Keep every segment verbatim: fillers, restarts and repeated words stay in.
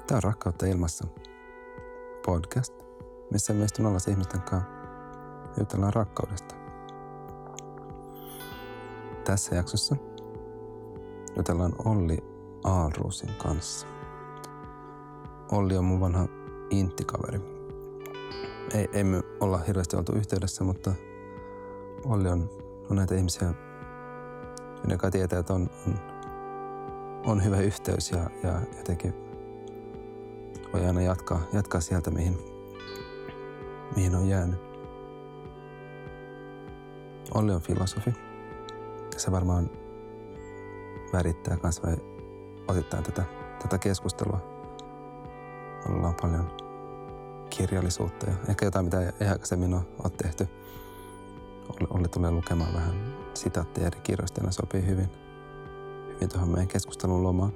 Tämä on Rakkautta ilmassa podcast, missä me istun alas ihmisten kanssa jutellaan rakkaudesta. Tässä jaksossa jutellaan Olli Aalruusin kanssa. Olli on mun vanha inttikaveri. Ei, ei me olla hirveästi oltu yhteydessä, mutta Olli on, on näitä ihmisiä, jotka tietää, että on, on, on hyvä yhteys ja, ja jotenkin voi aina jatkaa, jatkaa sieltä, mihin, mihin on jäänyt. Olli on filosofi. Se varmaan värittää kanssa vai osittain tätä, tätä keskustelua. Ollilla on paljon kirjallisuutta ja ehkä jotain, mitä ei aikaisemmin ole, ole tehty. Olli, Olli tulee lukemaan vähän sitaatteja eri kirjoista ja ne sopii hyvin, hyvin tuohon meidän keskustelun lomaan.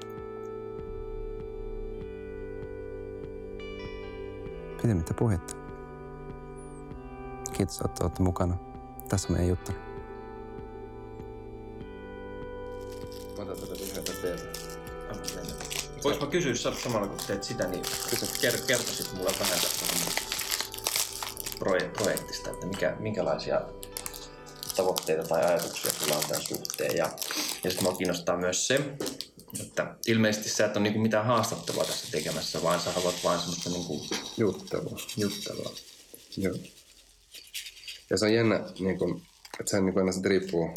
Pitemmittä puhetta. Kiitos, että olette mukana. Tässä on meidän juttu. Mä otan tätä vihreätä teiltä. Voinko mä kysyä samalla, kun teet sitä, niin ker- kertoisit mulle vähän tästä projektista, että mikä, minkälaisia tavoitteita tai ajatuksia sulla on tämän suhteen. Ja, ja sitten mua kiinnostaa myös se, että ilmeisesti sä et ole niinku mitään haastattelua tässä tekemässä, vaan sä haluat vaan semmoista niinku juttelua. juttelua. Joo. Ja se on jännä, niinku, että sehän niinku aina sitten riippuu,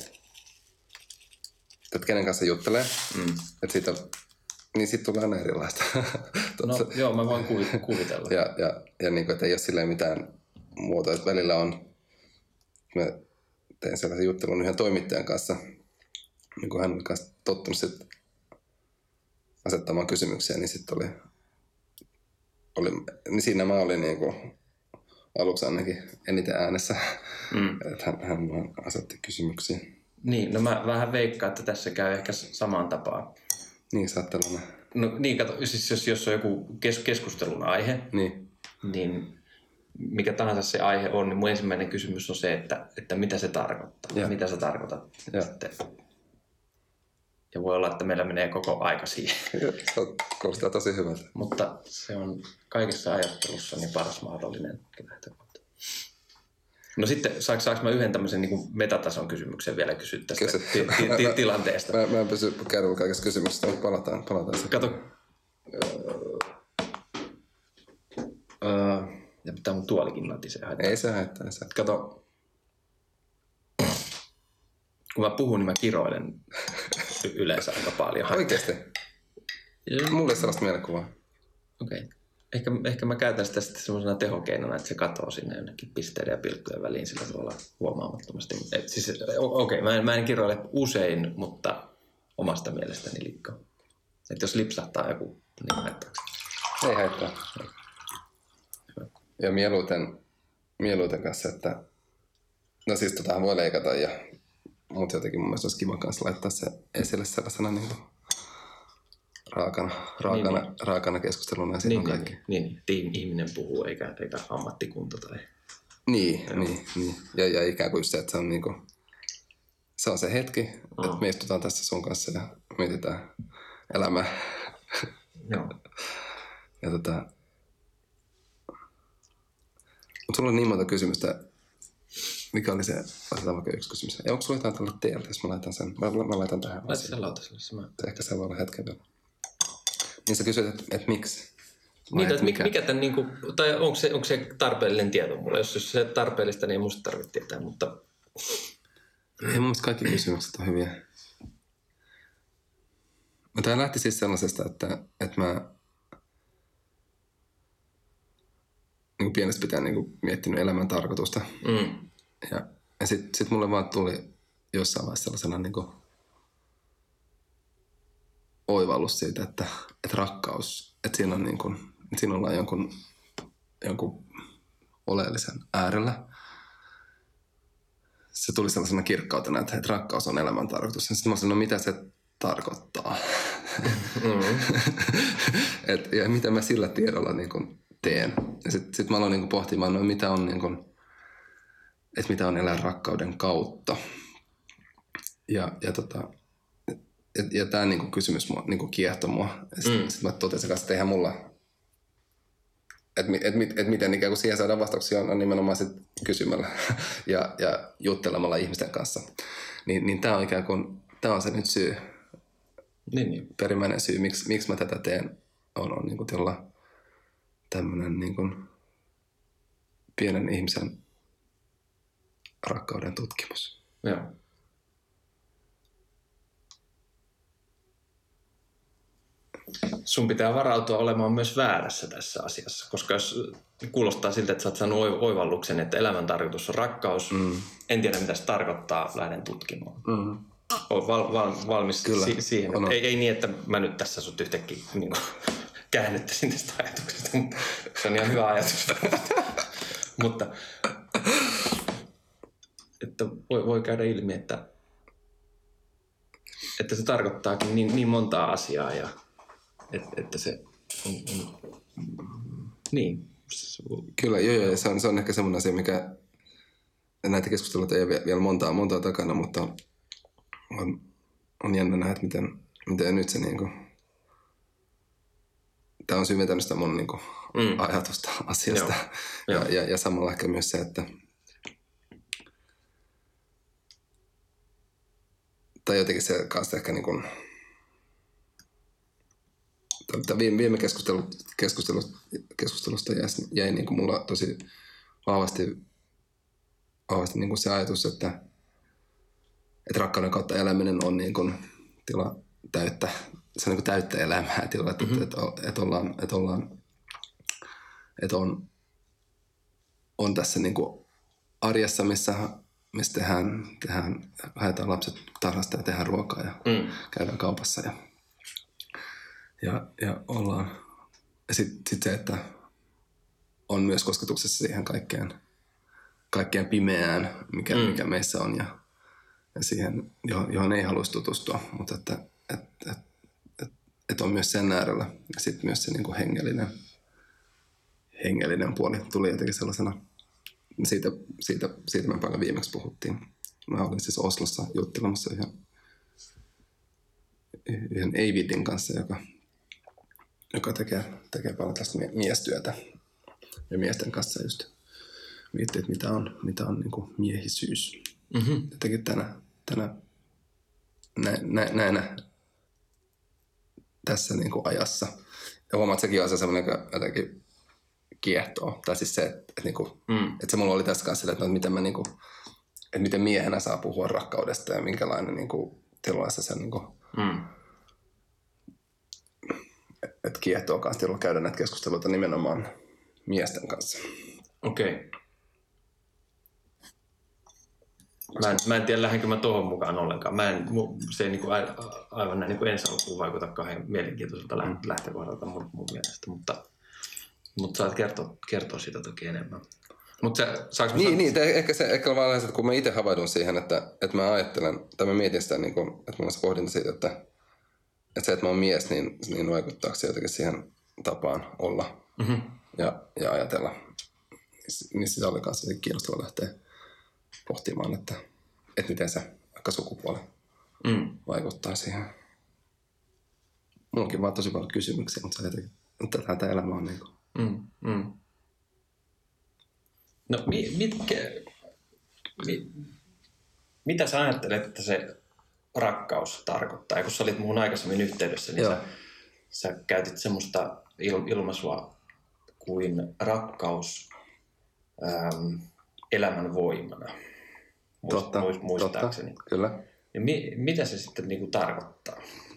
että kenen kanssa juttelee. Mm. Että siitä, niin sit tulee aina erilaista. No joo, mä voin kuvitella. ja ja, ja niinku, että ei ole silleen mitään muuta. Että välillä on, mä tein sellaisen juttelun yhden toimittajan kanssa, niin kun hän on kanssa tottunut sitten asettamaan kysymyksiä, niin sitten oli, oli, niin siinä mä olin niinku aluksi ainakin eniten äänessä, mm. että hän, hän vaan asetti kysymyksiä. Niin, no mä vähän veikkaan, että tässä käy ehkä samaan tapaan. Niin, saattaa olla. No niin, kato, siis jos, jos on joku kes, keskustelun aihe, niin. niin mikä tahansa se aihe on, niin mun ensimmäinen kysymys on se, että, että mitä se tarkoittaa, ja. mitä sä tarkoitat sitten. Ja voi olla, että meillä menee koko aika siihen. Kuulostaa tosi hyvältä. Mutta se on kaikessa ajattelussa niin paras mahdollinen lähtökohta. No sitten, saanko, saanko mä yhden tämmöisen niin kuin metatason kysymyksen vielä kysyä tästä Kysy. ti- ti- ti- tilanteesta? Mä, mä en pysy kärryllä kaikesta kysymyksestä, mutta palataan, palataan se. Kato. Öö, ja pitää mun tuolikin natisee haittaa. Ei se haittaa, ei se haittaa. Kato. Kun mä puhun, niin mä kiroilen yleensä aika paljon. Oikeesti? Mulle ei sellaista mielikuvaa. Okei. Okay. Ehkä, ehkä mä käytän sitä sitten semmoisena tehokeinona, että se katoo sinne jonnekin pisteiden ja pilkkujen väliin sillä tavalla huomaamattomasti. Siis, okei, okay, mä, mä en kiroile usein, mutta omasta mielestäni liikaa. Että jos lipsahtaa joku, niin haittaako? Ei haittaa. Ja mieluiten, mieluiten kanssa, että no siis totahan voi leikata ja mutta jotenkin mun mielestä olisi kiva kanssa laittaa se esille sellaisena niin kuin raakana, raakana, niin, raakana keskusteluna ja siinä niin, on kaikki. Niin, niin, niin. Ihminen puhuu eikä, eikä ammattikunta tai... Niin, niin, niin. Ja, ja ikään kuin se, että se on, niin kuin, se, on se hetki, oh. että me istutaan tässä sun kanssa ja mietitään elämää. Joo. Ja tota... Mutta sulla on niin monta kysymystä. Mikä oli se, laitetaan vaikka yksi kysymys. Ja onko sulla jotain tällä teiltä, jos mä laitan sen? Mä, mä laitan tähän. Laita sen lautaselle. Mä... Ehkä se voi olla hetken vielä. Niin sä kysyt, että et miksi? Niin, että mikä, mikä tämän, niin kuin, tai onko se, onko se tarpeellinen tieto mulle? Jos se on tarpeellista, niin ei musta tarvitse tietää, mutta... Ei mun mielestä kaikki kysymykset on hyviä. Tämä lähti siis sellaisesta, että, että mä niin pienestä pitää niin miettinyt elämän tarkoitusta. Mm. Ja, ja sitten sit mulle vaan tuli jossain vaiheessa sellaisena niin oivallus siitä, että, että rakkaus, että siinä, on niin kuin, että siinä ollaan jonkun, jonkun oleellisen äärellä. Se tuli sellaisena kirkkautena, että, että rakkaus on elämän tarkoitus. Ja sitten mä sanoin, no mitä se tarkoittaa? Mm. Et, ja mitä mä sillä tiedolla niin kuin teen. Ja sitten sit mä aloin niin kuin pohtimaan, no mitä on, niin kuin, että mitä on elää rakkauden kautta. Ja, ja tota, ja, ja tämä niinku kysymys mua, niinku kiehtoi mua. Sitten mm. sit mä totesin kanssa, että eihän mulla, että et, et, et miten ikään kuin siihen saadaan vastauksia on nimenomaan sit kysymällä ja, ja juttelemalla ihmisten kanssa. Niin, niin tämä on ikään kuin, tämä on se nyt syy, niin, niin. perimmäinen syy, miksi, miksi mä tätä teen, on, on niinku tämmöinen niinku pienen ihmisen rakkauden tutkimus. Joo. Sun pitää varautua olemaan myös väärässä tässä asiassa, koska jos kuulostaa siltä, että sä oot saanut oivalluksen, että elämän tarkoitus on rakkaus, mm. en tiedä mitä se tarkoittaa, lähden tutkimaan. Mm. Oot val, val, valmis si- siihen. Että ei, ei niin, että mä nyt tässä sut yhtäkkiä niin kuin, käännyttäisin tästä ajatuksesta, mutta se on ihan hyvä ajatus. Mutta että voi, voi käydä ilmi, että, että se tarkoittaakin niin, niin montaa asiaa ja että, että se on, on niin. Kyllä, joo, joo, se on, se on ehkä semmoinen asia, mikä näitä keskusteluita ei ole vielä montaa, montaa takana, mutta on, on jännä nähdä, että miten, miten nyt se niinku, tämä on syventänyt sitä mun niinku mm. ajatusta asiasta. Joo. Ja, ja, ja samalla ehkä myös se, että tai jotenkin se kanssa ehkä niin kuin, viime, viime keskustelusta, keskustelusta, keskustelusta jäi, jäi niin kuin mulla tosi vahvasti, vahvasti niin kuin se ajatus, että, että rakkauden kautta eläminen on niin kuin tila täyttä, se on niin kuin täyttä elämää tila, että, mm-hmm. että, että, että ollaan, että ollaan, että on, on tässä niin kuin arjessa, missä missä tehdään, tehdään, haetaan lapset tarhasta ja tehdään ruokaa ja mm. käydään kaupassa ja, ja, ja ollaan. Ja sitten sit se, että on myös kosketuksessa siihen kaikkeen, kaikkeen pimeään, mikä, mm. mikä meissä on ja, ja siihen, johon, johon ei haluaisi tutustua, mutta että et, et, et, et on myös sen äärellä. Ja sitten myös se niinku hengellinen, hengellinen puoli tuli jotenkin sellaisena. Siitä, siitä, siitä me paljon viimeksi puhuttiin. Mä olin siis Oslossa juttelemassa yhden, yhden Eividin kanssa, joka, joka tekee, tekee paljon tästä miestyötä. Ja miesten kanssa just miettii, että mitä on, mitä on niin kuin miehisyys. Mm-hmm. Jotenkin tänä, tänä nä, nä, näinä tässä niin kuin ajassa. Ja huomaat, että sekin on se semmoinen, joka jotenkin kiehtoo. Tai siis se, että, että, niinku, mm. että se mulla oli tässä kanssa, että, no, miten mä niinku, että miten miehenä saa puhua rakkaudesta ja minkälainen niinku, tilanteessa se niinku, mm. että kiehtoo kanssa tilalla käydä näitä keskusteluita nimenomaan miesten kanssa. Okei. Okay. Mä en, mä en tiedä, lähdenkö mä tuohon mukaan ollenkaan. Mä en, se ei niinku aivan näin niinku ensi alkuun vaikuta kauhean mielenkiintoiselta mm. lähtökohdalta mun, mun mielestä, mutta Mutta saat kertoa, kertoa siitä toki enemmän. Mut se, niin, niin ehkä se ehkä on vaan lähes, että kun mä itse havaidun siihen, että, että mä ajattelen, tai mä mietin sitä, niin kun, että mulla on se pohdinta siitä, että, että se, että mä oon mies, niin, niin vaikuttaako se jotenkin siihen tapaan olla mm-hmm. ja, ja ajatella. Niin sitä oli kanssa kiinnostavaa lähteä pohtimaan, että, että miten se vaikka sukupuoli mm. vaikuttaa siihen. Mulla onkin vaan tosi paljon kysymyksiä, mutta se jotenkin, että tämä elämä on niin kuin Mm, mm. No mi, mitkä, mi, mitä sä ajattelet, että se rakkaus tarkoittaa? Ja kun sä olit muun aikaisemmin yhteydessä, niin sä, sä käytit semmoista il, ilmaisua kuin rakkaus äm, elämän voimana, muist, totta, muist, muistaakseni. Totta, kyllä. Ja mi, mitä se sitten niinku tarkoittaa?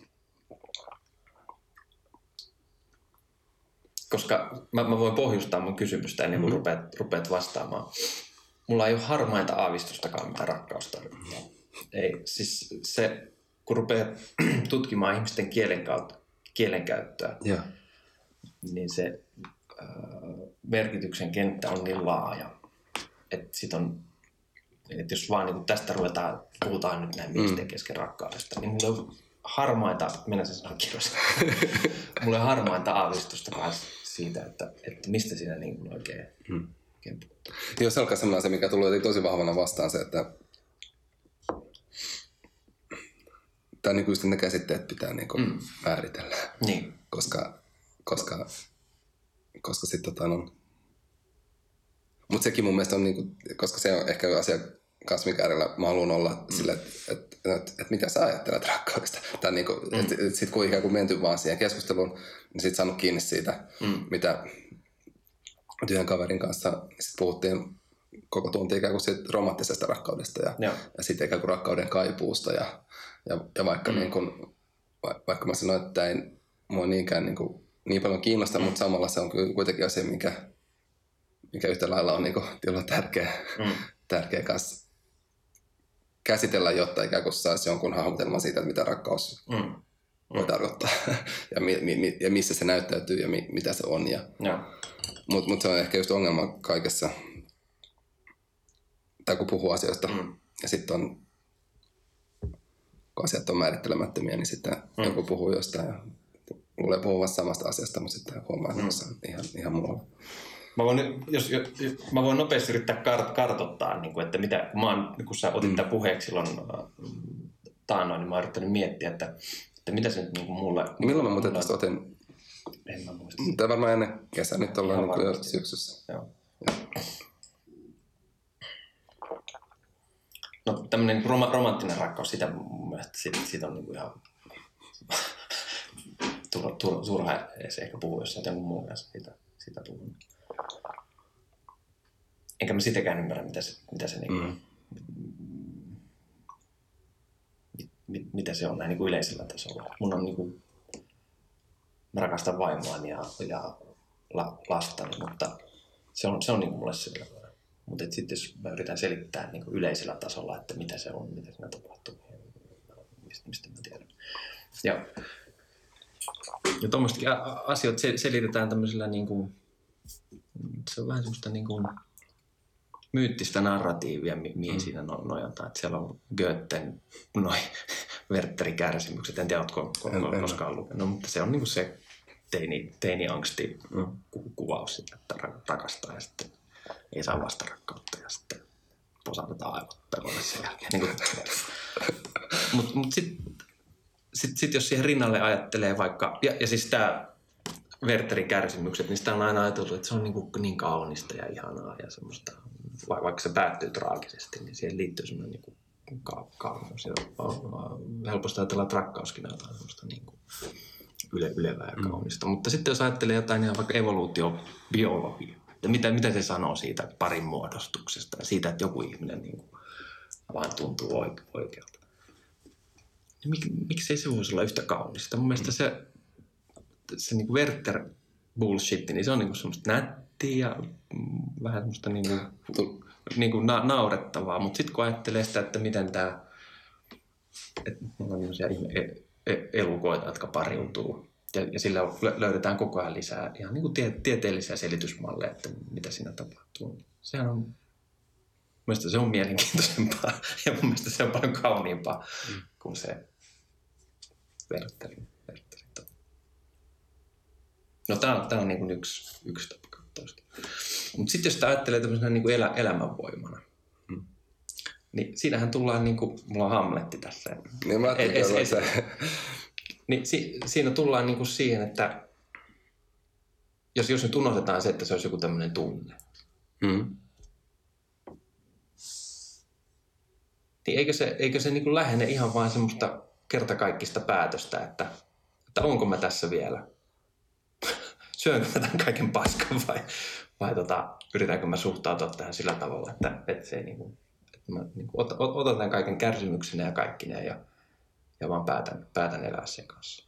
Koska mä, mä voin pohjustaa mun kysymystä ennen kuin mm-hmm. rupeat, rupeat vastaamaan. Mulla ei ole harmainta aavistustakaan, mitä rakkaus tarkoittaa. Ei, siis se, kun rupeat tutkimaan ihmisten kielenkautta, kielenkäyttöä, yeah. niin se äh, merkityksen kenttä on niin laaja, että sit on, että jos vaan niin tästä ruvetaan, puhutaan nyt näin miesten mm. kesken rakkaudesta, niin mulla on harmainta, minä sen sanon kirjoista, mulla on harmainta aavistusta kanssa siitä, että, että mistä siinä niin kuin oikein, hmm. oikein puhuttu. Jos alkaa sellainen se, mikä tulee tosi vahvana vastaan se, että tai niin kuin ne käsitteet pitää niin kuin mm. määritellä. Niin. Koska, koska, koska sitten tota on... Mutta sekin mun mielestä on, niin kuin, koska se on ehkä asia kanssa, mikä äärellä mä haluan olla mm. sillä, että et, et, et, et mitä sä ajattelet rakkaudesta. Tai niin kuin, mm. että et sit kun ikään kuin menty vaan siihen keskusteluun, niin sit saanut kiinni siitä, mm. mitä yhden kaverin kanssa sit puhuttiin koko tunti ikään kuin siitä romanttisesta rakkaudesta ja, ja sitten ikään kuin rakkauden kaipuusta. Ja, ja, ja vaikka, mm. niin kuin, va, vaikka mä sanoin, että ei mua niinkään niin, kuin, niin paljon kiinnosta, mm. mutta samalla se on kuitenkin asia, mikä, mikä yhtä lailla on niin kuin, tärkeä, mm. tärkeä kanssa käsitellä, jotta ikään kuin saisi jonkun hahmotelman siitä, että mitä rakkaus mm. voi tarkoittaa ja, mi, mi, ja missä se näyttäytyy ja mi, mitä se on. Ja, mutta mut se on ehkä just ongelma kaikessa, tai kun puhuu asioista mm. ja sitten on, kun asiat on määrittelemättömiä, niin sitten mm. joku puhuu jostain ja luulee puhuvassa samasta asiasta, mutta sitten huomaa, että mm. se on ihan, ihan muualla. Mä voin, jos, jos, mä voin nopeasti yrittää kart, kartoittaa, niin kuin, että mitä, kun, mä oon, kun sä otit mm. tämän puheeksi silloin taannoin, niin mä oon yrittänyt miettiä, että, että mitä se nyt niin kuin mulle... Milloin mä muuten tästä otin? En mä muista. Tämä varmaan ennen kesää, nyt ollaan niin jo syksyssä. Joo. No tämmöinen rom, romanttinen rakkaus, sitä mun mielestä siitä, siitä on niin kuin ihan turha, turha, turha edes ehkä puhua, jos sä oot jonkun muun kanssa siitä, siitä puhunut. Enkä mä sitäkään ymmärrä, mitä se, mitä se, niin kuin, mm. mit, mitä se on näin niin kuin yleisellä tasolla. Mun on niin kuin, mä rakastan vaimoani ja, ja la, lastani, mutta se on, se on niin kuin mulle sillä tavalla. Mutta sitten jos mä yritän selittää niin kuin yleisellä tasolla, että mitä se on, mitä siinä tapahtuu, mistä, mistä mä tiedän. Ja, ja tuommoistakin asioita selitetään tämmöisellä, niin kuin, se on vähän semmoista niin kuin myyttistä narratiivia, mihin mm. siinä no, nojataan. Että siellä on Goethen noi Werther-kärsimykset, en tiedä, oletko koskaan lukenut, mutta se on niin kuin se teini, teini-angsti mm. ku, kuvaus siitä, että rakastaa ja sitten ei saa vasta rakkautta ja sitten posautetaan aivot pelolle sen jälkeen. Niin mutta mut sitten sit, sit jos siihen rinnalle ajattelee vaikka, ja, ja siis tämä Wertherin kärsimykset, niin sitä on aina ajateltu, että se on niin, kuin niin kaunista ja ihanaa ja semmoista, vaikka se päättyy traagisesti, niin siihen liittyy semmoinen niin kuin ka- kauneus. Ja helposti ajatellaan, että rakkauskin on jotain semmoista niin kuin yle, ylevää ja kaunista. Mm. Mutta sitten jos ajattelee jotain ihan vaikka evoluutiobiologiaa, että mitä, mitä se sanoo siitä parin muodostuksesta ja siitä, että joku ihminen niin kuin vaan tuntuu oike- oikealta. Mik, miksei se voisi olla yhtä kaunista? Mun mielestä se, se niin kuin Werther bullshit, niin se on niin kuin semmoista nättiä ja vähän semmoista niin kuin, niin kuin na- naurettavaa. Mutta sitten kun ajattelee sitä, että miten tämä, että meillä on sellaisia elukoita, jotka pariutuu. Ja, ja sillä löydetään koko ajan lisää ihan niin kuin tie, tieteellisiä selitysmalleja, että mitä siinä tapahtuu. Sehän on, mun mielestä se on mielenkiintoisempaa ja mun mielestä se on paljon kauniimpaa mm. kuin se Wertherin. No tää on, tää on niin kuin yksi, yksi tapa katsoa sitä. Mutta sitten jos sitä ajattelee tämmöisenä niin kuin elä, elämänvoimana, mm. niin siinähän tullaan niin kuin, mulla on Hamletti tässä. Niin mä ajattelin, es, es, es, Niin si, siinä tullaan niinku siihen, että jos, jos nyt unohdetaan se, että se olisi joku tämmöinen tunne, mm. niin eikö se, eikö se niinku lähene ihan vain semmoista kertakaikkista päätöstä, että, että onko mä tässä vielä, syönkö mä tämän kaiken paskan vai, vai tota, yritänkö mä suhtautua tähän sillä tavalla, että, että, se niinku, että mä niinku ot, otan tämän kaiken kärsimyksenä ja kaikkineen ja Ja vaan päätän, päätän elää sen kanssa.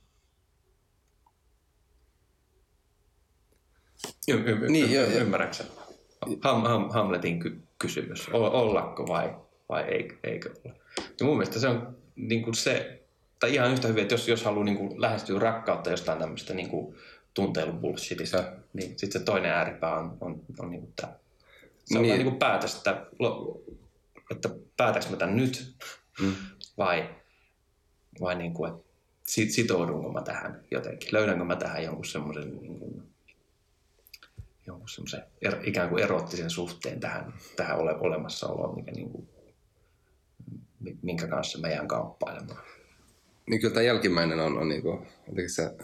Y- y- niin, y- y- ymmärrätkö Ham, ham, Hamletin ky- kysymys? Ollako vai, vai eikö, eikö ole? Ja mun mielestä se on niin kuin se, tai ihan yhtä hyvin, että jos, jos haluaa niin kuin lähestyä rakkautta jostain tämmöistä niin kuin tunteilun-bullshitista, niin sitten se toinen ääripää on, on, on niin kuin tämä. Se on niin. Niin kuin päätös, että, että päätäks mä tämän nyt mm. vai... Vai niin kuin, että sitoudunko mä tähän jotenkin? Löydänkö mä tähän jonkun semmoisen niin kuin, jonkun semmoisen er, ikään kuin eroottisen suhteen tähän, tähän ole, olemassaoloon, mikä, niin kuin, minkä kanssa me jään kamppailemaan? Niin kyllä tämä jälkimmäinen on, on niinku, jotenkin se,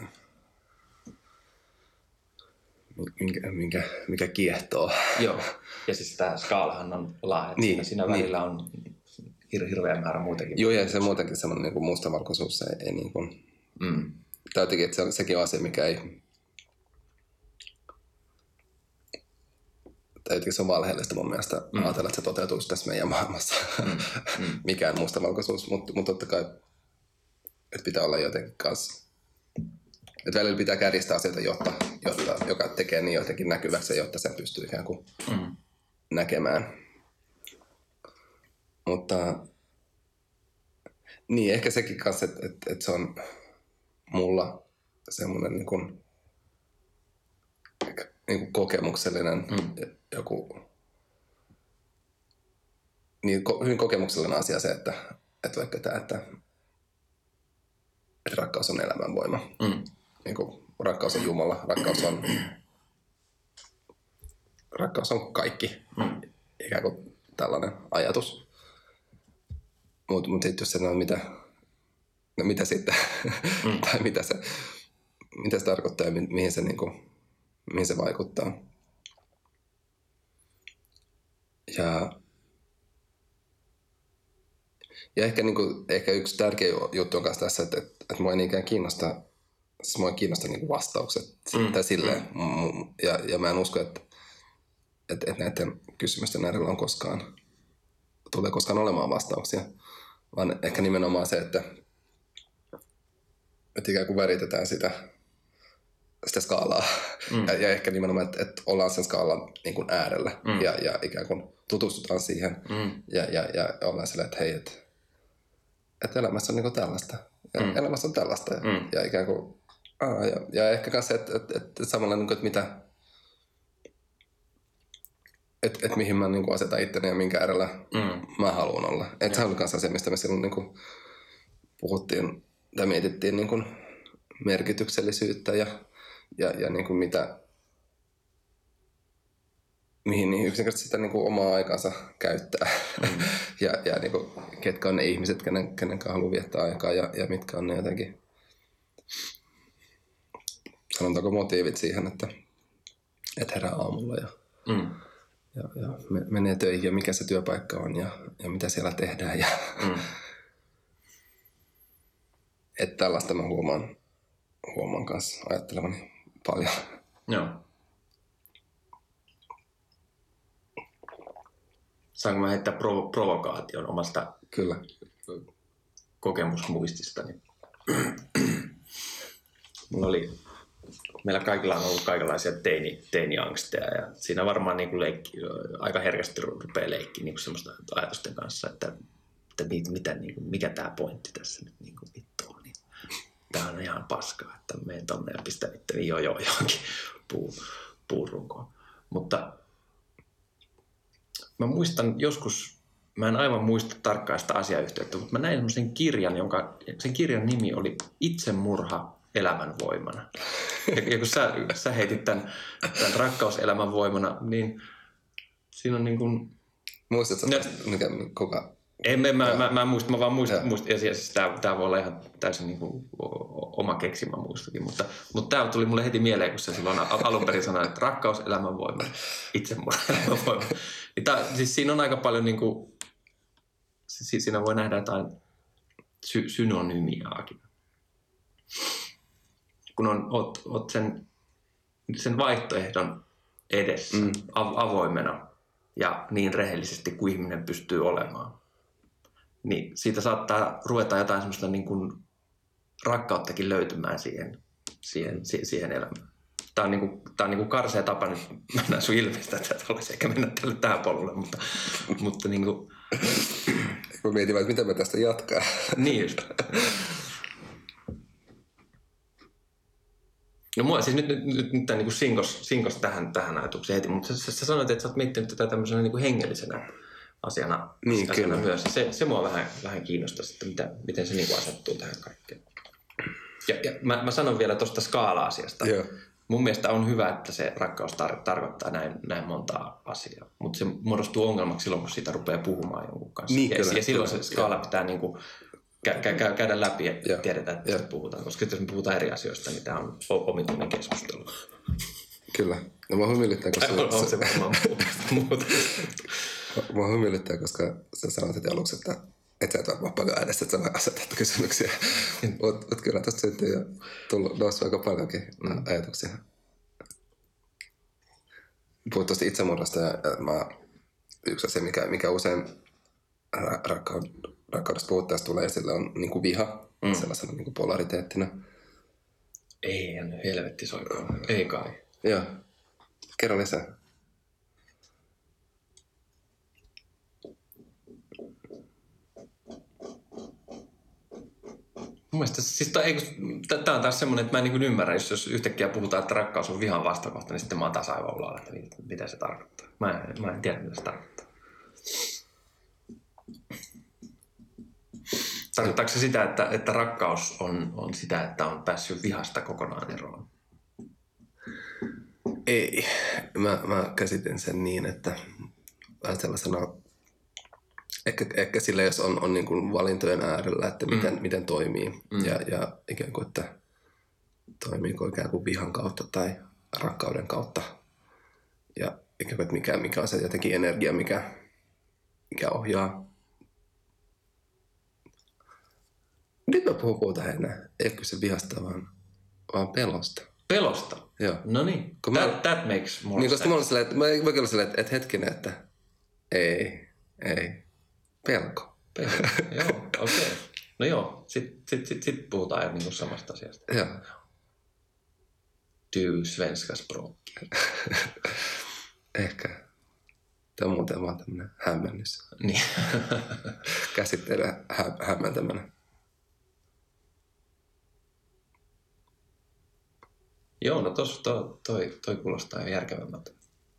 minkä, minkä, mikä kiehtoo. Joo, ja siis tämä skaalahan on laaja, niin, siinä, siinä välillä niin. on hir- hirveä määrä muitakin. Joo, ja se muutenkin semmoinen niinku mustavalkoisuus ei, ei niinku, mm. tai jotenkin, että se, sekin on asia, mikä ei, tai jotenkin se on valheellista mun mielestä mm. ajatella, että se toteutuisi tässä meidän maailmassa. Mm. Mm. Mikään mustavalkoisuus, mutta mut totta kai, että pitää olla jotenkin kanssa. Että välillä pitää kärjistää asioita, jotta, jotta, joka tekee niin jotenkin näkyväksi, jotta sen pystyy ikään kuin mm. näkemään. Mutta niin, ehkä sekin kanssa, että, että, että se on mulla semmoinen niin kuin, niin kuin kokemuksellinen mm. joku, niin hyvin kokemuksellinen asia se, että, että vaikka tämä, että, että rakkaus on elämänvoima. Mm. Niin kuin, rakkaus on Jumala, rakkaus on, rakkaus on kaikki, mm. ikään kuin tällainen ajatus. Mutta mut sitten jos se on mitä, no mitä sitten, mm. tai mitä se, mitä se tarkoittaa ja mi, mihin, se, niinku, mihin se vaikuttaa. Ja, ja ehkä, niinku, ehkä yksi tärkeä juttu on kanssa tässä, että, että, että mua ei niinkään kiinnosta, siis mua ei kiinnosta niinku vastaukset mm. tai silleen. Mm. Ja, ja mä en usko, että, että, että näiden kysymysten äärellä on koskaan, tulee koskaan olemaan vastauksia. Vaan ehkä nimenomaan se, että, että ikään kuin väritetään sitä, sitä skaalaa. Mm. Ja, ja ehkä nimenomaan, että, että ollaan sen skaalan niin kuin äärellä mm. ja, ja ikään kuin tutustutaan siihen. Mm. Ja, ja, ja ollaan sillä, että hei, että, että elämässä on niin kuin tällaista. Ja mm. elämässä on tällaista. Ja, mm. ja ikään kuin, aa, ja, ja ehkä myös se, että, että, että samalla, niin kuin, että mitä, että et mihin mä niinku asetan itteni ja minkä äärellä mm. mä haluan olla. Että se on myös asia, mistä me silloin niinku puhuttiin tai mietittiin niinku merkityksellisyyttä ja, ja, ja niinku mitä, mihin niin yksinkertaisesti sitä niinku omaa aikansa käyttää. Mm. ja ja niinku, ketkä on ne ihmiset, kenen, kenen kanssa haluaa viettää aikaa ja, ja mitkä on ne jotenkin, sanotaanko motiivit siihen, että, että herää aamulla ja mm. Ja, ja menee töihin ja mikä se työpaikka on ja, ja mitä siellä tehdään. Ja mm. että tällaista mä huomaan, huomaan kanssa ajattelevani paljon. Joo. Saanko mä heittää provo- provokaation omasta Kyllä. kokemusmuististani? Mulla oli... Meillä kaikilla on ollut kaikenlaisia teini, teiniangsteja ja siinä varmaan niin kuin leikki, aika herkästi rupeaa leikkiä niin semmoista ajatusten kanssa, että, että mitä, niin kuin, mikä tämä pointti tässä nyt niin kuin vittu on. Niin, tämä on ihan paskaa, että menen tonne ja pistän itteni jo jo johonkin puu, puurunkoon. Mutta mä muistan joskus, mä en aivan muista tarkkaan sitä asiayhteyttä, mutta mä näin semmoisen kirjan, jonka sen kirjan nimi oli Itsemurha elämänvoimana. Ja kun sä, sä heitit tämän, tämän rakkauselämän voimana, niin siinä on niin kuin... Muistatko no, mikä, kuka... En, en mä, mä, mä muista, mä vaan muistan, muistan ja siis tää, tää voi olla ihan täysin niin kuin oma keksimä muistakin, mutta, mutta tää tuli mulle heti mieleen, kun sä silloin alun perin sanoit, että rakkauselämän voima, itsemurha elämän voima. Niin tää, siis siinä on aika paljon niin kuin, siinä voi nähdä jotain sy- synonymiaakin. Kun on, oot, oot sen, sen vaihtoehdon edessä mm. avoimena ja niin rehellisesti kuin ihminen pystyy olemaan, niin siitä saattaa ruveta jotain semmoista niin kuin rakkauttakin löytymään siihen, siihen, siihen elämään. Tämä on, niin kuin, tämä on niin kuin karsea tapa nyt mennä sun ilmeistä, että olisi ehkä mennä tälle tähän polulle, mutta, mutta niin kuin... Mä mietin vaan, että mitä mä tästä jatkaa. Niin just. No mua siis nyt, nyt, nyt, nyt tämä niin sinkos, sinkos tähän, tähän ajatukseen heti, mutta sä, sä sanoit, että sä oot miettinyt tätä tämmöisenä niin kuin hengellisenä asiana, niin, asiana myös. Se, se mua vähän, vähän kiinnostaa, että mitä, miten se niin kuin asettuu tähän kaikkeen. Ja, ja mä, mä sanon vielä tuosta skaala-asiasta. Joo. Mun mielestä on hyvä, että se rakkaus tar- tarkoittaa näin, näin montaa asiaa, mutta se muodostuu ongelmaksi silloin, kun siitä rupeaa puhumaan jonkun kanssa. Niin, ja, kyllä, ja silloin kyllä, se skaala kyllä. pitää niin kuin kä- kä- käydä läpi ja Joo. tiedetään, että mistä puhutaan. Koska jos me puhutaan eri asioista, niin tämä on omituinen keskustelu. Kyllä. No mä hymyilyttää, koska... on, on se varmaan muuta. Mä hymyilyttää, koska sä sanoit heti aluksi, että et sä et varmaan paljon äänestä, että sä vaan asetat kysymyksiä. Mutta mut kyllä tuosta syntyy ja tullut noussut aika paljonkin mm. ajatuksia. Puhut tuosta itsemurrasta ja, ja mä, yksi asia, mikä, mikä usein ra- rakkaud- rakkaudesta puhuttaessa tulee esille, on niin kuin viha mm. sellaisena niin kuin polariteettina. Ei, helvetti soikoon. Ei kai. Joo. Kerro lisää. Mun mielestä, siis tämä on taas semmoinen, että mä en niin ymmärrä, jos, jos yhtäkkiä puhutaan, että rakkaus on vihan vastakohta, niin sitten mä oon taas aivan ulalla, että mitä, mitä se tarkoittaa. Mä en, mä en tiedä, mitä se tarkoittaa. Tarkoittaako se sitä, että, että rakkaus on, on sitä, että on päässyt vihasta kokonaan eroon? Ei. Mä, mä käsitin sen niin, että vähän sellaisena, ehkä, ehkä sillä jos on, on niin kuin valintojen äärellä, että miten, mm. miten toimii mm. ja, ja ikään kuin, että toimiiko ikään kuin vihan kautta tai rakkauden kautta ja ikään kuin, että mikä, mikä on se jotenkin energia, mikä, mikä ohjaa. Nyt mä puhun puhuta enää. Ei ole kyse vihasta, vaan, vaan pelosta. Pelosta? Joo. No niin, that, mä, that makes more niin, sense. Mä olin silleen, että, mä olin silleen, että, että hetkinen, että ei, ei, pelko. Pelko, joo, okei. Okay. No joo, sit, sit, sit, sit puhutaan jo niin samasta asiasta. Joo. Du svenska språk. Ehkä. Tämä on muuten vaan tämmöinen hämmennys. Niin. Käsitteiden hä- hämmentäminen. Joo, no tos, toi, toi, toi kuulostaa jo järkevämmältä.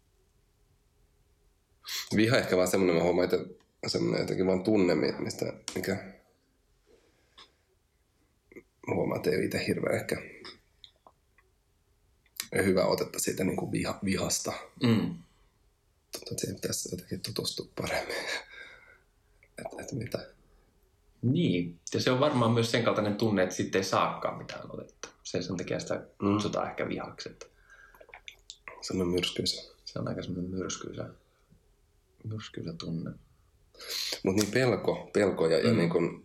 Viha ehkä vaan semmoinen, mä huomaan, että semmoinen jotenkin vaan tunne, mistä, mikä mä huomaan, että ei ole itse hirveän ehkä hyvä otetta siitä niin kuin viha, vihasta. Mm. Tuntuu, että siihen pitäisi jotenkin tutustua paremmin. että et mitä. Niin, ja se on varmaan myös sen kaltainen tunne, että sitten ei saakaan mitään otetta. Sen, sen takia sitä kutsutaan mm. ehkä vihaksi. Että se on myrskyisä. Se on aika semmoinen myrskyisä, myrskyisä tunne. Mutta niin pelko, pelko ja, mm. ja niin kuin,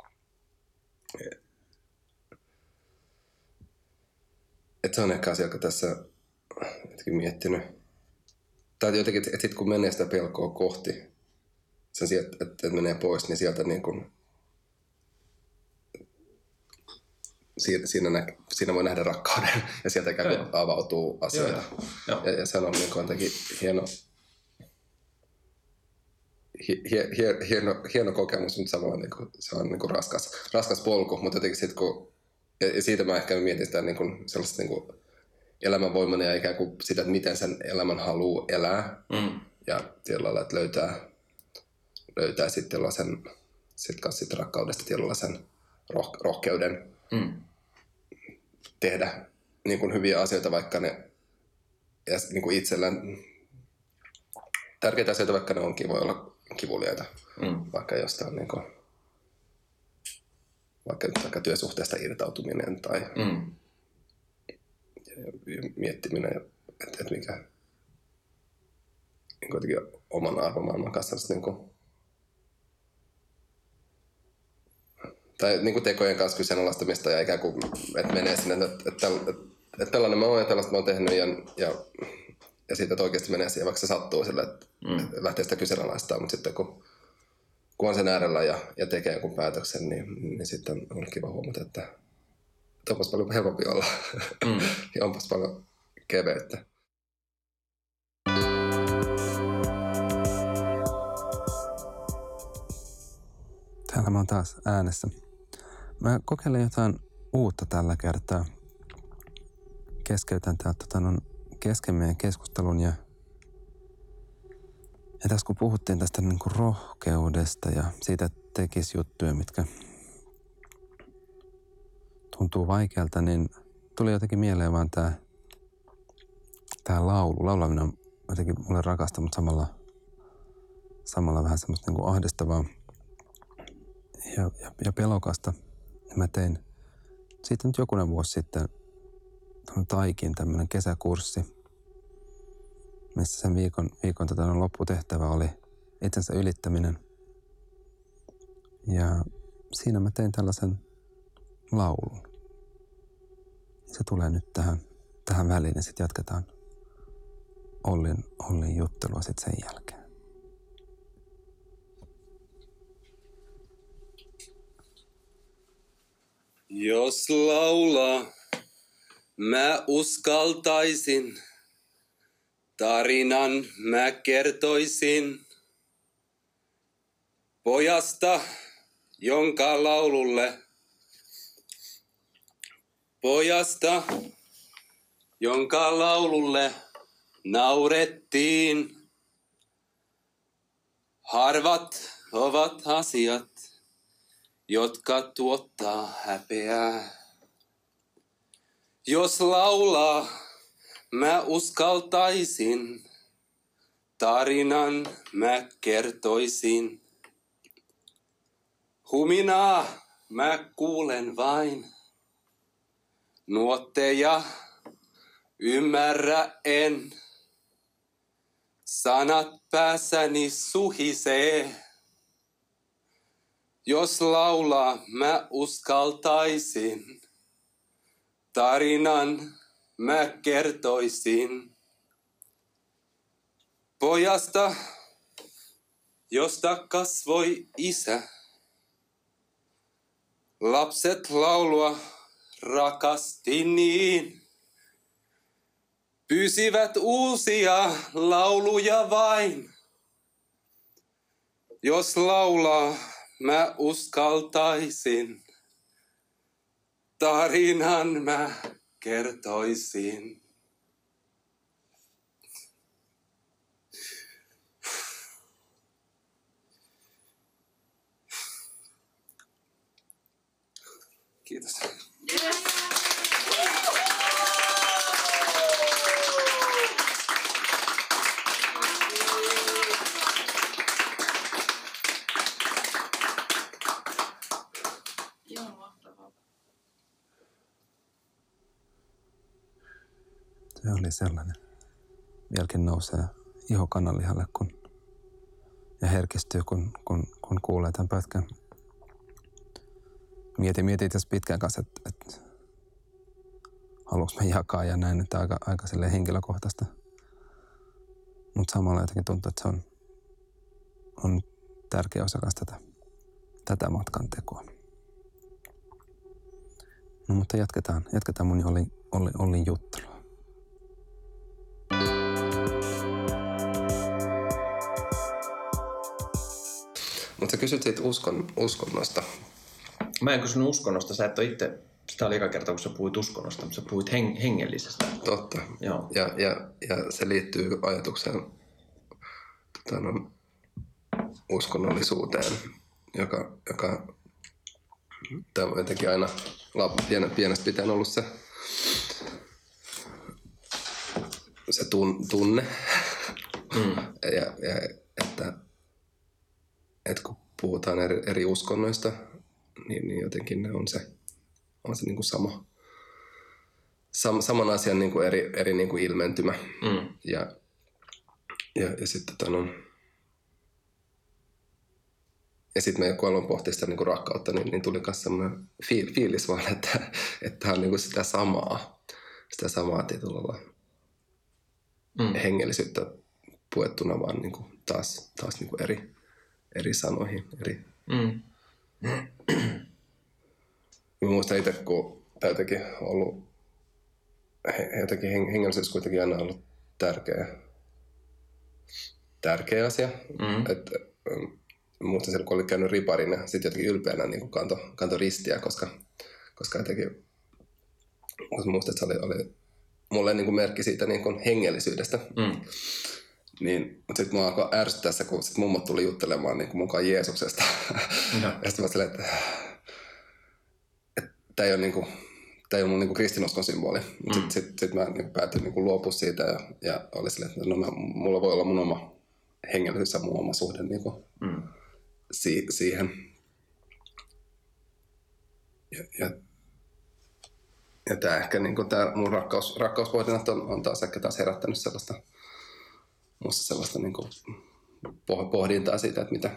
että se on ehkä asia, joka tässä jotenkin miettinyt. Tai jotenkin, että sitten kun menee sitä pelkoa kohti, sen sijaan, että, että menee pois, niin sieltä niin kuin Siinä, siinä, nä, siinä voi nähdä rakkauden ja sieltä ikään kuin avautuu asioita. Joo, joo. Ja, ja se on niin jotenkin hieno, hie, hie, hieno, hieno kokemus, mutta samalla niin kuin, se on niin kuin raskas, raskas polku. Mutta jotenkin sitten kun, ja, ja siitä mä ehkä mietin sitä niin kuin sellaista niin kuin elämänvoimana ja ikään kuin sitä, että miten sen elämän haluaa elää. Mm. Ja sillä lailla, että löytää, löytää sitten sen sit kanssa sit rakkaudesta tietyllä sen roh, rohkeuden. Mm. Tehdä niin kuin hyviä asioita, vaikka ne ja niin kuin itsellään tärkeitä asioita, vaikka ne onkin, voi olla kivuliaita. Mm. Vaikka jostain niin kuin, vaikka, vaikka työsuhteesta irtautuminen tai mm. miettiminen, että et mikä niin kuitenkin oman arvomaailman kanssa niin kuin, tai niin kuin tekojen kanssa kyseenalaistamista ja ikään kuin, että menee sinne, että, että, että, että tällainen mä oon ja tällaista mä oon tehnyt ja, ja, ja siitä, että oikeasti menee siihen, vaikka se sattuu sille, että mm. lähtee sitä kyseenalaistaa, mutta sitten kun, kun on sen äärellä ja, ja tekee jonkun päätöksen, niin, niin sitten on kiva huomata, että, että onpas paljon helpompi olla mm. ja onpas paljon keveyttä. Täällä mä oon taas äänessä. Mä kokeilen jotain uutta tällä kertaa. Keskeytän täältä tota, kesken meidän keskustelun ja, ja tässä kun puhuttiin tästä niin kuin rohkeudesta ja siitä, että tekisi juttuja, mitkä tuntuu vaikealta, niin tuli jotenkin mieleen vaan tää, tää laulu. Laulaminen on jotenkin mulle rakasta, mutta samalla, samalla vähän semmoista niin kuin ahdistavaa. ja, ja, ja pelokasta. Ja mä tein siitä nyt jokunen vuosi sitten Taikin tämmöinen kesäkurssi, missä sen viikon, viikon tota, lopputehtävä oli itsensä ylittäminen. Ja siinä mä tein tällaisen laulun. Se tulee nyt tähän, tähän väliin ja sitten jatketaan Ollin, Ollin juttelua sitten sen jälkeen. Jos laulaa, mä uskaltaisin, tarinan mä kertoisin. Pojasta, jonka laululle, pojasta, jonka laululle naurettiin. Harvat ovat asiat, jotka tuottaa häpeää. Jos laulaa, mä uskaltaisin, tarinan mä kertoisin. Huminaa mä kuulen vain, nuotteja ymmärrä en. Sanat päässäni suhisee. Jos laulaa mä uskaltaisin, tarinan mä kertoisin. Pojasta, josta kasvoi isä. Lapset laulua rakasti niin. Pyysivät uusia lauluja vain. Jos laulaa, mä uskaltaisin, tarinan mä kertoisin. Kiitos. Yes. Se oli sellainen. Vieläkin nousee iho kannanlihalle kun, ja herkistyy, kun, kun, kun kuulee tämän pätkän. Mietin, mietin itse pitkään kanssa, että, että haluanko mä jakaa ja näin, että aika, aika henkilökohtaista. Mutta samalla jotenkin tuntuu, että se on, on tärkeä osa kanssa tätä, tätä matkan tekoa. No, mutta jatketaan, jatketaan mun Ollin, Ollin, Ollin juttelua. Mutta sä kysyt siitä uskon, uskonnosta. Mä en kysynyt uskonnosta. Sä et ole itse, sitä oli eka kerta, kun sä puhuit uskonnosta, mutta sä puhuit heng, hengellisestä. Totta. Joo. Ja, ja, ja se liittyy ajatukseen tota, no, uskonnollisuuteen, joka, joka tämä on jotenkin aina pienestä pitäen ollut se, se tun, tunne. Mm. ja, ja että että kun puhutaan eri, eri uskonnoista, niin, niin jotenkin ne on se, on se niin kuin sama, sam, saman asian niin kuin eri, eri niin kuin ilmentymä. Mm. Ja, ja, ja sitten tämän ja sitten me kun aloin pohtia sitä niin kuin rakkautta, niin, niin tuli myös semmoinen fiil, fiilis vaan, että tämä on niin kuin sitä samaa, sitä samaa tietyllä mm. hengellisyyttä puettuna vaan niin kuin taas, taas niin kuin eri eri sanoihin. Eri. Mm. Mä muistan itse, kun tämä jotenkin ollut, jotenkin hengellisyys kuitenkin aina ollut tärkeä, tärkeä asia. Mm. Et, mä muistan silloin, kun oli käynyt riparin ja sitten jotenkin ylpeänä niin kanto, kanto ristiä, koska, koska jotenkin, koska muistan, että se oli, oli mulle niin kuin merkki siitä niin kuin hengellisyydestä. Mm. Niin, mutta sitten mä alkoi ärsyttää se, kun sit mummot tuli juttelemaan niin mukaan Jeesuksesta. No. Ja sitten mä silleen, että, että tämä ei ole, niin kuin, tämä ei ole mun niin kuin kristinuskon symboli. Mm. Sitten sit, sit mä niin päätin niin luopua siitä ja, ja oli silleen, että no, mä, mulla voi olla mun oma hengellisyys ja mun oma suhde niin kuin, mm. si, siihen. ja, ja, ja tämä ehkä niin kuin tämä mun rakkaus, rakkauspohdinnat on, on taas ehkä taas herättänyt sellaista, musta sellaista niin kuin pohdintaa siitä, että mitä,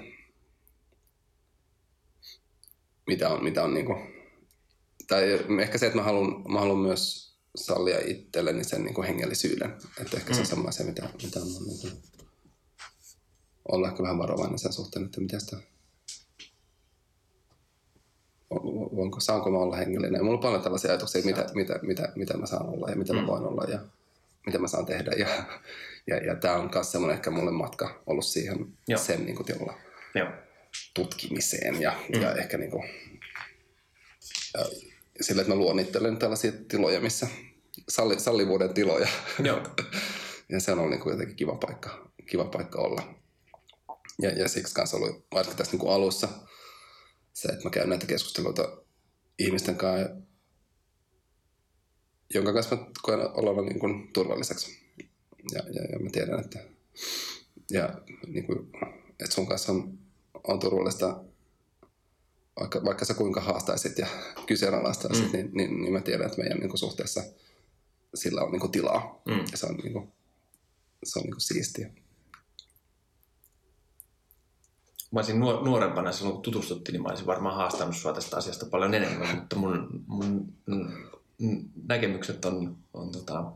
mitä on, mitä on niin kuin, tai ehkä se, että mä haluan, mä haluan myös sallia itselleni sen niin kuin hengellisyyden. Että ehkä mm. se on sama asia, mitä, mitä on niin kuin, olla ehkä vähän varovainen sen suhteen, että mitä sitä, voinko, saanko mä olla hengellinen. Ja mulla on paljon tällaisia ajatuksia, mitä, mitä, mitä, mitä mä saan olla ja mitä mm. mä voin olla ja mitä mä saan tehdä. Ja, ja, ja tää on myös semmoinen ehkä mulle matka ollut siihen Joo. sen niin kuin, tila, Joo. tutkimiseen ja, mm. ja ehkä niin kuin, ja, sillä, että mä luonnittelen tällaisia tiloja, missä salli, sallivuuden tiloja. Joo. Ja se on ollut niin kuin jotenkin kiva paikka, kiva paikka olla. Ja, ja siksi kanssa ollut varsinkin tässä niin kuin alussa se, että mä käyn näitä keskusteluita ihmisten kanssa, jonka kanssa mä koen olla niin kuin turvalliseksi. Ja, ja, ja mä tiedän, että, ja, niin kuin, että sun kanssa on, on turvallista. Vaikka, vaikka sä kuinka haastaisit ja kyseenalaistaisit, mm. niin, niin, niin mä tiedän, että meidän niin kuin, suhteessa sillä on niin kuin, tilaa. Mm. Ja se on, niin kuin, se on niin kuin, siistiä. Mä olisin nuorempana silloin, kun tutustuttiin, niin mä olisin varmaan haastanut sua tästä asiasta paljon enemmän, mutta mun, mun näkemykset on, on tota,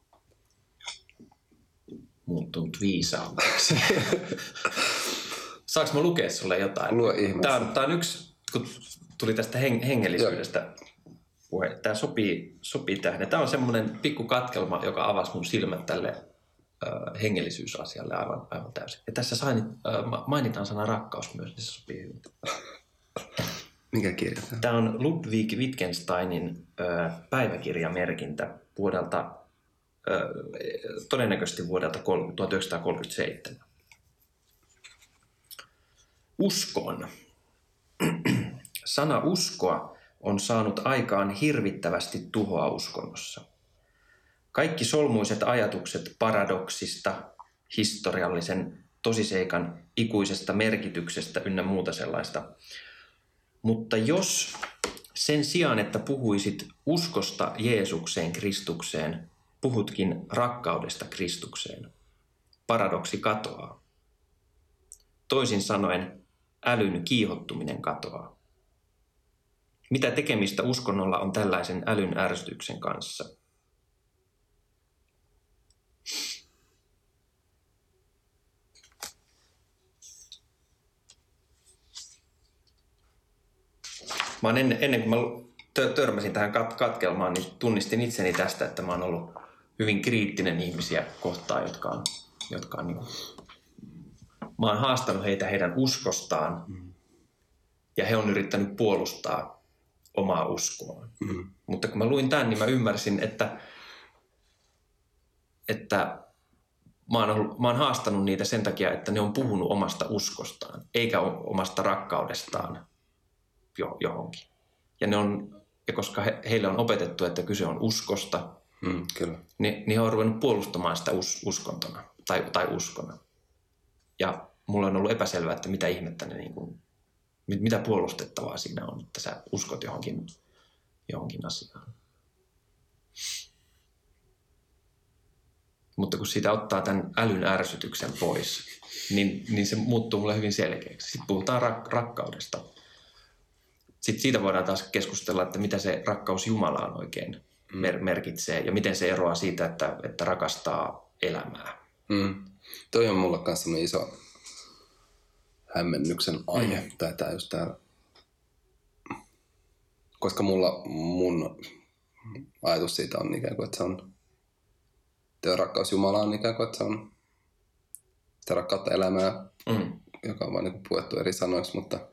muuttunut viisaammaksi. Saanko mä lukea sulle jotain? Lue ihmeessä. Tää on, tää on yksi, kun tuli tästä heng- hengellisyydestä puhe. Tää sopii, sopii tähän. Tää on semmoinen pikku katkelma, joka avasi mun silmät tälle äh, hengellisyysasialle aivan, aivan täysin. Ja tässä sainit, äh, mainitaan sana rakkaus myös, niin se sopii hyvin. Mikä kirja? Tää on Ludwig Wittgensteinin äh, päiväkirjamerkintä vuodelta, äh, todennäköisesti vuodelta tuhatyhdeksänsataakolmekymmentäseitsemän. Uskoon. Sana uskoa on saanut aikaan hirvittävästi tuhoa uskonnossa. Kaikki solmuiset ajatukset paradoksista, historiallisen tosiseikan ikuisesta merkityksestä ynnä muuta sellaista. Mutta jos sen sijaan, että puhuisit uskosta Jeesukseen Kristukseen, puhutkin rakkaudesta Kristukseen, paradoksi katoaa. Toisin sanoen, älyn kiihottuminen katoaa. Mitä tekemistä uskonnolla on tällaisen älyn ärsytyksen kanssa? Mä oon ennen, ennen kuin mä törmäsin tähän kat- katkelmaan, niin tunnistin itseni tästä, että mä oon ollut hyvin kriittinen ihmisiä kohtaan, jotka on, jotka on niin kuin, mä oon haastanut heitä heidän uskostaan mm. ja he on yrittänyt puolustaa omaa uskoaan. Mm. Mutta kun mä luin tämän, niin mä ymmärsin, että, että mä, oon ollut, mä oon haastanut niitä sen takia, että ne on puhunut omasta uskostaan, eikä omasta rakkaudestaan johonkin. Ja, ne on, ja koska he, heille on opetettu, että kyse on uskosta, mm, kyllä. Niin, niin he on ruvennut puolustamaan sitä us, uskontona tai, tai uskona. Ja mulla on ollut epäselvää, että mitä ihmettä ne, niin kuin, mitä puolustettavaa siinä on, että sä uskot johonkin, johonkin asiaan. Mutta kun siitä ottaa tämän älyn ärsytyksen pois, niin, niin se muuttuu mulle hyvin selkeäksi. Sitten puhutaan rak- rakkaudesta. Sitten siitä voidaan taas keskustella, että mitä se rakkaus Jumalaan oikein mer- merkitsee ja miten se eroaa siitä, että, että rakastaa elämää. Mm. Toi on mulle kanssa semmoinen iso hämmennyksen aihe. Mm. Tai tää just tää, koska mulla mun ajatus siitä on ikään kuin, että se on Teo rakkaus Jumalaan ikään kuin, että se on sitä rakkautta elämää, mm. joka on vain niin puettu eri sanoiksi, mutta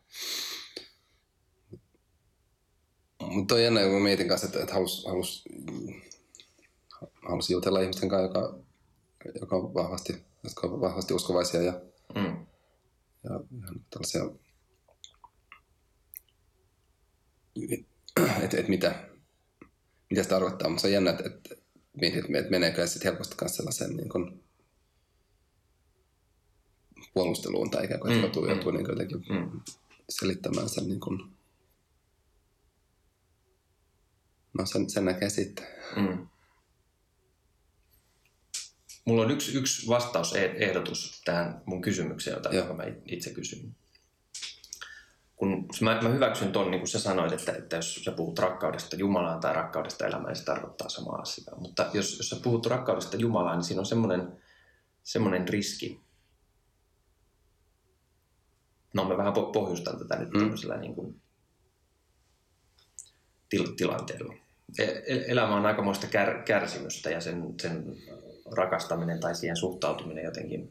mutta on jännä, kun mietin kanssa, että, että halus, halus, halus jutella ihmisten kanssa, joka, joka on vahvasti, jotka on vahvasti uskovaisia ja, mm. ja, ja tällaisia, että et mitä, mitä se tarkoittaa. Mutta se on jännä, että, että mietin, että meneekö sitten helposti kanssa sellaisen niin kuin puolusteluun tai ikään kuin, että mm. joutuu, joutuu niin jotenkin mm. selittämään sen niin kuin No sen, sen näkee sitten. Mm. Mulla on yksi, yksi vastausehdotus tähän mun kysymykseen, jota jonka mä itse kysyin. Kun mä, mä hyväksyn ton, niin kuin sä sanoit, että, että jos sä puhut rakkaudesta Jumalaan tai rakkaudesta elämään, niin se tarkoittaa samaa asiaa. Mutta jos, jos sä puhut rakkaudesta Jumalaan, niin siinä on semmoinen, semmoinen riski. No mä vähän pohjustan tätä nyt mm. tämmöisellä niin kuin til- tilanteella. Elämä on aikamoista kär, kärsimystä ja sen, sen rakastaminen tai siihen suhtautuminen jotenkin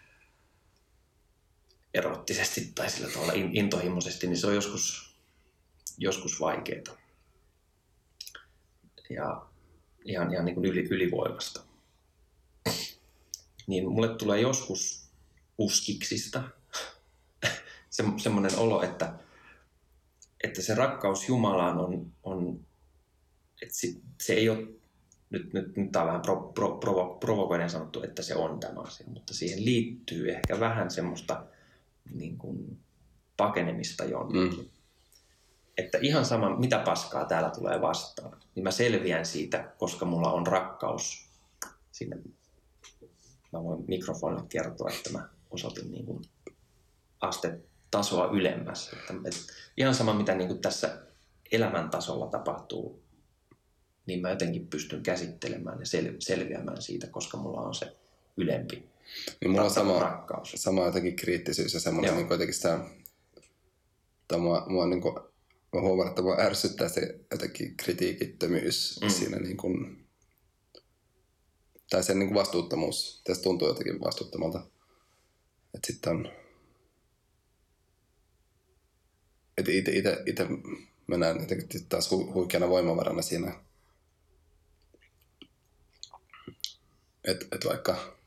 erottisesti tai sillä tavalla intohimoisesti, niin se on joskus, joskus vaikeaa. Ja ihan, ihan niin kuin yli, ylivoimasta. Niin mulle tulee joskus uskiksista se, semmoinen olo, että, että se rakkaus Jumalaan on, on että se, se ei ole, nyt, nyt, nyt tämä on vähän pro, pro, provo, provokoinen sanottu, että se on tämä asia, mutta siihen liittyy ehkä vähän semmoista niin kuin pakenemista jonnekin. Mm. Että ihan sama, mitä paskaa täällä tulee vastaan, niin mä selviän siitä, koska mulla on rakkaus sinne. Mä voin mikrofonille kertoa, että mä osoitin niin kuin astetasoa ylemmäs. Että, että ihan sama, mitä niin kuin tässä elämäntasolla tapahtuu, niin mä jotenkin pystyn käsittelemään ja sel- selviämään siitä, koska mulla on se ylempi niin mulla on sama, rakkaus. Sama jotenkin kriittisyys ja semmoinen niin jotenkin sitä, tai mua, mua niin kuin, mä huomaan, että mua ärsyttää se jotenkin kritiikittömyys mm. siinä niin kuin, tai sen niin kuin vastuuttomuus. Tässä tuntuu jotenkin vastuuttomalta. Että sitten on, että ite, ite, ite mä näen jotenkin taas hu, huikeana voimavarana siinä, että et vaikka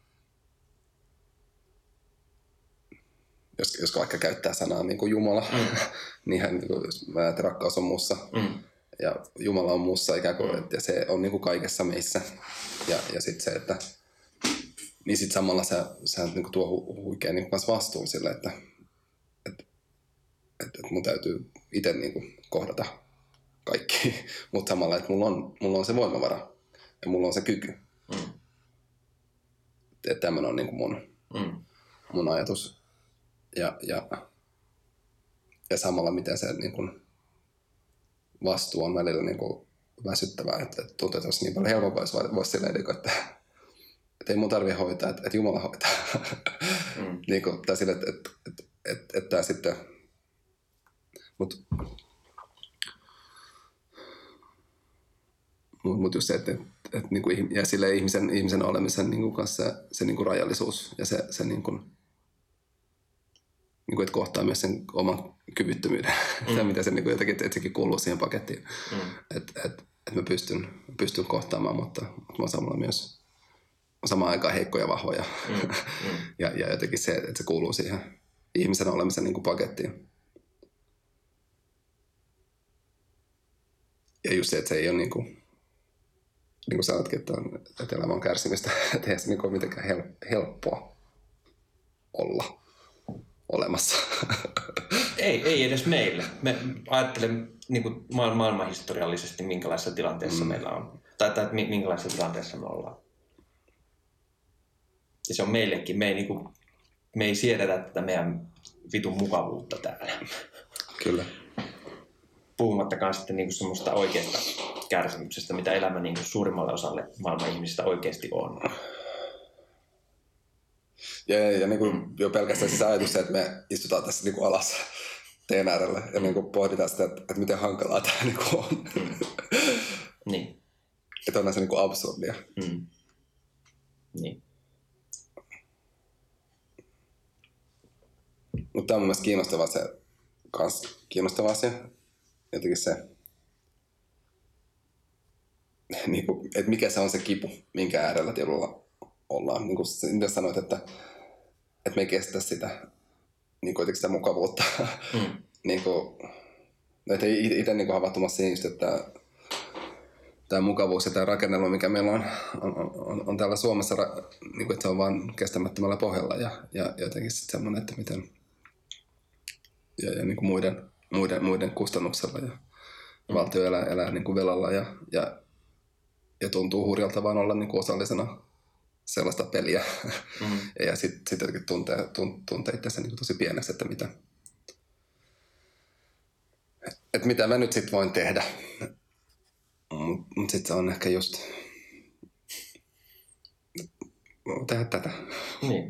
Jos, jos vaikka käyttää sanaa niin kuin Jumala, mm. niin hän, niin kuin, jos mä näen, että rakkaus on muussa mm. ja Jumala on muussa ikään kuin, mm. ja se on niin kuin kaikessa meissä. Ja, ja sitten se, että niin sitten samalla se, se niin kuin tuo hu, huikea niin kuin vastuun sille, että et, et, et mun täytyy itse niin kuin kohdata kaikki, mutta samalla, että mulla on, mulla on se voimavara ja mulla on se kyky. Mm. Että tämmöinen on niin kuin mun, mm. mun ajatus. Ja, ja, ja samalla miten se niin kuin, vastuu on välillä niin kuin, väsyttävää, että, että tuntuu, että olisi niin paljon helpompaa, jos voisi silleen, että, että, että ei mun tarvitse hoitaa, että, että Jumala hoitaa. Mm. niin kuin, tai sille, että, että, että, että, että, että sitten, mut, mut, mut just se, että, että, että niin kuin, ja sille ihmisen, ihmisen olemisen niin kuin, kanssa se, se niin kuin rajallisuus ja se, se niin kuin, niin kuin, että kohtaa myös sen oman kyvyttömyyden. Mm. Tai mitä se niin kuin, jotenkin, että sekin kuuluu siihen pakettiin. Mm. Että et, et mä pystyn, pystyn kohtaamaan, mutta, mutta mä samalla myös samaan aikaan heikkoja ja vahvoja. Mm. Mm. ja, ja jotenkin se, että se kuuluu siihen ihmisen olemisen niin kuin pakettiin. Ja just se, että se ei ole niin kuin, niin kuin sanotkin, että, on, että elämä on kärsimistä. Että eihän se niin kuin ole mitenkään hel, helppoa olla olemassa. Ei, ei edes meille. Me ajattelemme niin kuin maailmanhistoriallisesti, minkälaisessa tilanteessa mm. meillä on. Tai, tai minkälaisessa tilanteessa me ollaan. Ja se on meillekin. Me ei, niin kuin, me ei siedetä tätä meidän vitun mukavuutta täällä. Kyllä. Puhumattakaan sitten niin kuin semmoista oikeasta kärsimyksestä, mitä elämä niin kuin suurimmalle osalle maailman ihmisistä oikeasti on. Ja, ja, ja niin kuin jo pelkästään siis ajatus se, että me istutaan tässä niin kuin alas teen äärellä ja niin kuin pohditaan sitä, että, että miten hankalaa tämä niin kuin on. Mm. Niin. Että onhan se niin kuin absurdia. Mm. Niin. Mutta tämä on mun mielestä kiinnostava se, kans kiinnostava asia. Jotenkin se, niin kuin, että mikä se on se kipu, minkä äärellä tietyllä ollaan. Niin kuin mitä sanoit, että, että me ei kestä sitä, niin kuin sitä mukavuutta. Mm. niin kuin, että itse niin havaittumassa siihen just, että tämä mukavuus ja tämä rakennelma, mikä meillä on, on, on, on täällä Suomessa, niin kuin, että se on vaan kestämättömällä pohjalla. Ja, ja jotenkin sitten semmoinen, että miten ja, ja niin kuin muiden, muiden, muiden kustannuksella. Ja, mm. valtio elää, elää niin kuin velalla ja, ja, ja tuntuu hurjalta vaan olla niin kuin osallisena sellaista peliä. Mm. ja sitten sit jotenkin tuntee, tuntee itseänsä niin tosi pieneksi, että mitä, et mitä mä nyt sitten voin tehdä. Mutta mut sitten se on ehkä just tehdä tätä. Niin.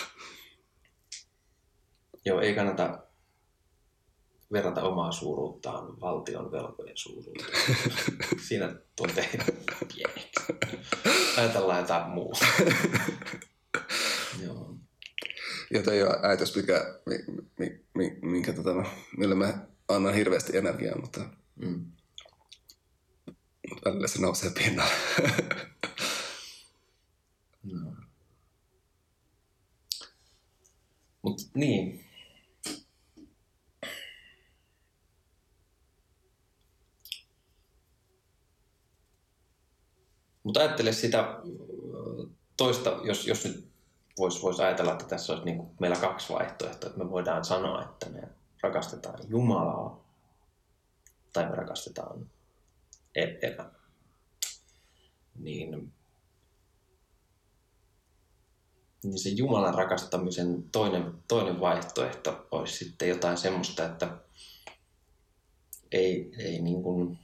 Joo, ei kannata verrata omaa suuruuttaan valtion velkojen suuruuteen. Siinä tuntee pieneksi. Ajatellaan jotain muuta. Joo. Ja toi on ajatus, mikä, mi, mi, minkä, tota, millä mä annan hirveästi energiaa, mutta, mm. mutta välillä se nousee pinnalle. No. Mut niin. Mutta ajattele sitä toista, jos, jos nyt voisi vois ajatella, että tässä olisi niin kuin meillä kaksi vaihtoehtoa, että me voidaan sanoa, että me rakastetaan Jumalaa tai me rakastetaan elämää. Niin, niin se Jumalan rakastamisen toinen, toinen vaihtoehto olisi sitten jotain semmoista, että ei, ei, niin kuin,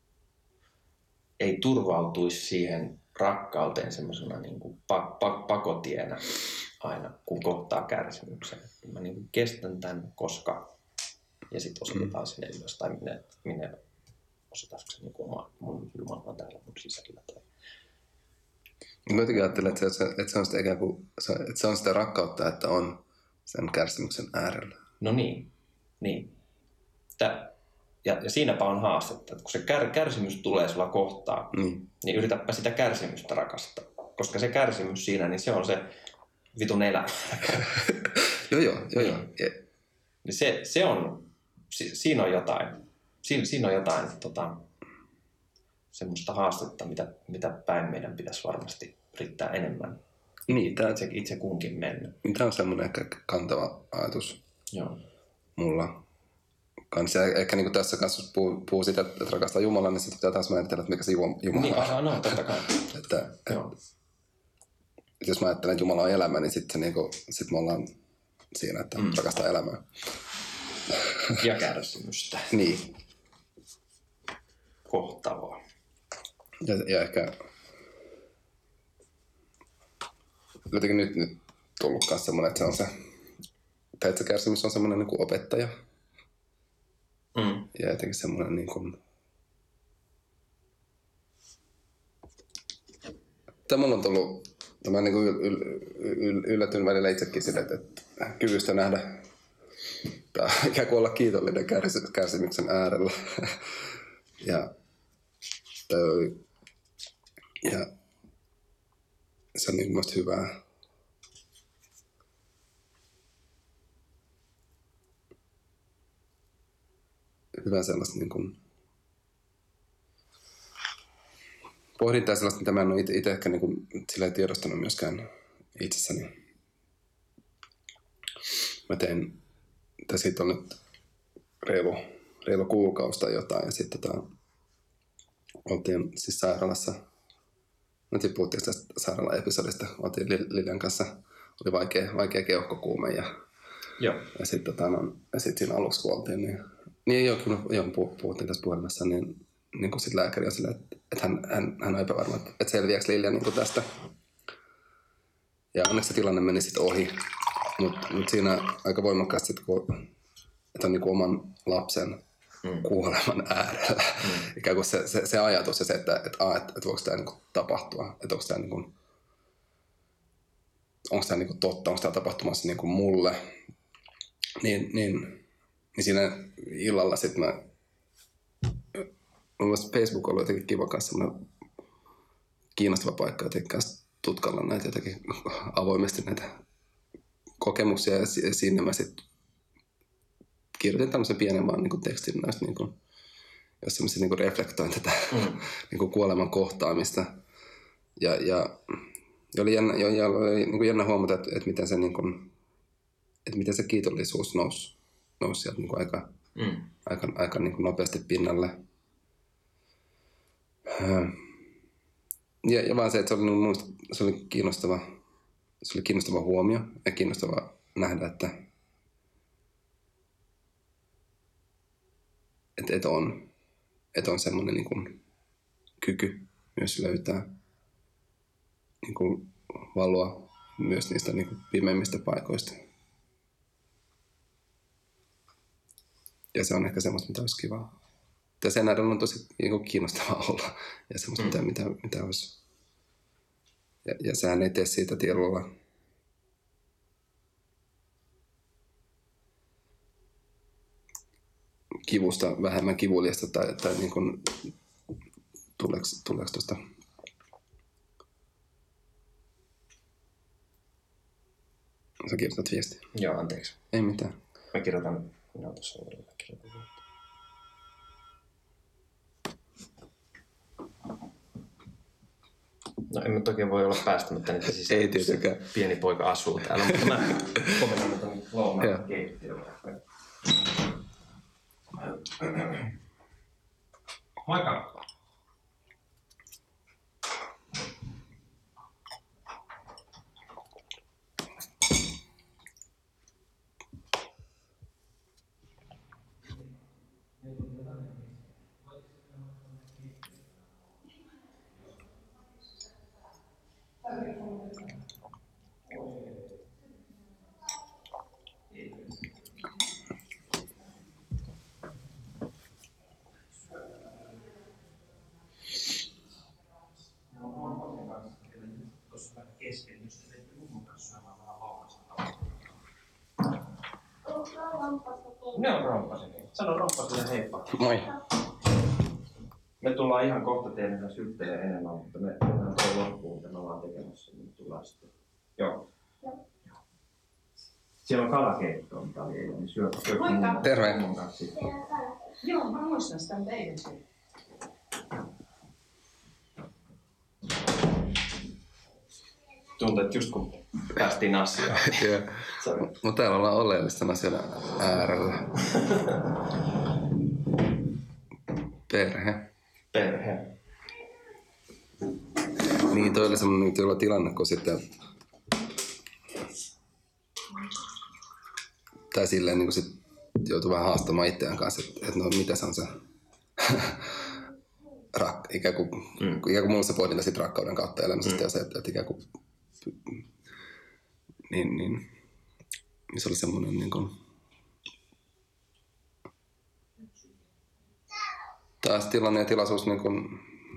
ei turvautuisi siihen rakkauteen semmoisena niin kuin pak, pak, pakotienä aina, kun kohtaa kärsimyksen. Mä niin kuin kestän tämän, koska... Ja sitten osoitetaan sinne ylös, tai minne, minne osoitaanko se niin kuin oma, mun Jumala täällä mun sisällä. Tai... Mä jotenkin ajattelen, että se, että, se on sitä ikään kuin, että se on sitä rakkautta, että on sen kärsimyksen äärellä. No niin, niin. Tää, ja, ja siinäpä on haastetta, että kun se kär, kärsimys tulee sulla kohtaan, mm. niin yritäpä sitä kärsimystä rakastaa. Koska se kärsimys siinä, niin se on se vitun elämä. joo, joo, joo, joo. Niin se, se on, si, siinä on jotain, siinä, siinä on jotain tota, semmoista haastetta, mitä, mitä päin meidän pitäisi varmasti yrittää enemmän. Niin, tää, itse, itse kunkin mennä. Tämä on semmoinen ehkä kantava ajatus Joo. mulla. Kanssa. Ehkä niin kuin tässä kanssa puhuu, puhuu siitä, että rakastaa Jumalaa, niin sitten pitää taas määritellä, että mikä se Jumala on. Niin, no, no totta kai. että, että, jos mä ajattelen, että Jumala on elämä, niin sitten niin sit me ollaan siinä, että mm. rakastaa elämää. Ja kärsimystä. Niin. Kohtavaa. Ja, ja ehkä jotenkin nyt, nyt tullut myös semmoinen, että se on se, tai että se kärsimys on semmoinen niin kuin opettaja. Mm. Ja jotenkin semmoinen niin kuin... Tämä mulla on tullut, tämä niin kuin yl, yl, yl, yllätyn välillä itsekin sille, että, että kyvystä nähdä, tai ikään kuin olla kiitollinen kärs, kärsimyksen äärellä. ja, toi, ja se on niin kuin musta hyvää. Hyvä sellaista niin kuin pohdintaa sellaista, mitä mä en ole itse ehkä niin kuin sillä ei tiedostanut myöskään itsessäni. Mä tein, tai siitä on nyt reilu, reilu kuukausi tai jotain, ja sitten tota, oltiin siis sairaalassa. Nyt puhuttiin tästä sairaala-episodista, oltiin Lilian kanssa, oli vaikea, vaikea keuhkokuume, ja, ja sitten tota, no, sit siinä aluksi kun oltiin, niin Niin joo, kyllä joo, puhuttiin tässä puhelimessa, niin, niin kuin sit lääkäri on silleen, että, että hän, hän, hän on epävarma, että selviääkö Lilja niin kuin tästä. Ja onneksi se tilanne meni sitten ohi, mutta mut siinä aika voimakkaasti, että, kun, että on niin kuin oman lapsen mm. kuoleman äärellä. Mm. Ikään kuin se, se, se ajatus ja se, että, että, että, että voiko tämä niin kuin tapahtua, että onko tämä, niin kuin, onko tämä niin kuin totta, onko tämä tapahtumassa niin kuin mulle, niin... niin Niin siinä illalla sitten mä... Mun mielestä Facebook on ollut jotenkin kiva kanssa, semmoinen kiinnostava paikka jotenkin kanssa tutkalla näitä jotenkin avoimesti näitä kokemuksia. Ja sinne mä sitten kirjoitin tämmöisen pienen vaan niin tekstin näistä, niin kuin, jos semmoisia niin reflektoin tätä mm. niin kuoleman kohtaamista. Ja, ja, ja oli jännä, ja, ja oli niin jännä huomata, että, että, miten se, niin kuin, että miten se kiitollisuus nousi. nousi sieltä niin kuin aika, mm. aika, aika niin kuin nopeasti pinnalle. Ja, ja vaan se, että se oli, mun se oli kiinnostava, se oli kiinnostava huomio ja kiinnostava nähdä, että että et on, et on semmoinen niin kuin kyky myös löytää niin kuin valoa myös niistä niin kuin pimeimmistä paikoista. Ja se on ehkä semmoista, mitä olisi kiva. Ja sen äärellä on tosi niin kuin kiinnostavaa olla ja semmoista, mm. mitä, mitä, mitä olisi. Ja, ja sehän ei tee siitä tiedolla kivusta vähemmän kivuliasta tai, tai niin kuin, tuleeko, tuleeko tuosta sä kirjoitat viestiä? Joo, anteeksi. Ei mitään. Mä kirjoitan, minä olen tuossa uudelleen kirjoitan. No en mä toki voi olla päästämättä niitä sisään. Ei tietenkään. Pieni poika asuu täällä, mutta mä komentan tuonne Lounan keittiöön. Moikka! Ne on Romppasen. Sano Romppaselle heippa. Moi. Me tullaan ihan kohta teidän kanssa juttelee enemmän, mutta me tehdään tuo loppuun, mitä me ollaan tekemässä, niin tullaan sitten. Joo. Joo. Siellä on kalakeitto, mitä oli eilen, niin syö. Moikka. Terve. Joo, mä muistan sitä, mutta eilen syö. Tuntuu, että just kun päästiin asiaan. Mutta täällä ollaan oleellisten asioiden äärellä. Perhe. Perhe. Niin, toi oli semmoinen niin tilanne, kun sitten tai silleen niin kuin sit joutui vähän haastamaan itseään kanssa, että, että no mitä se on se rak, ikään kuin, mm. ikään kuin mulla se pohdinta sit rakkauden kautta elämisestä mm. ja se, että, että ikään kuin niin, niin, niin se oli semmoinen niin kuin taas tilanne ja tilaisuus niin kuin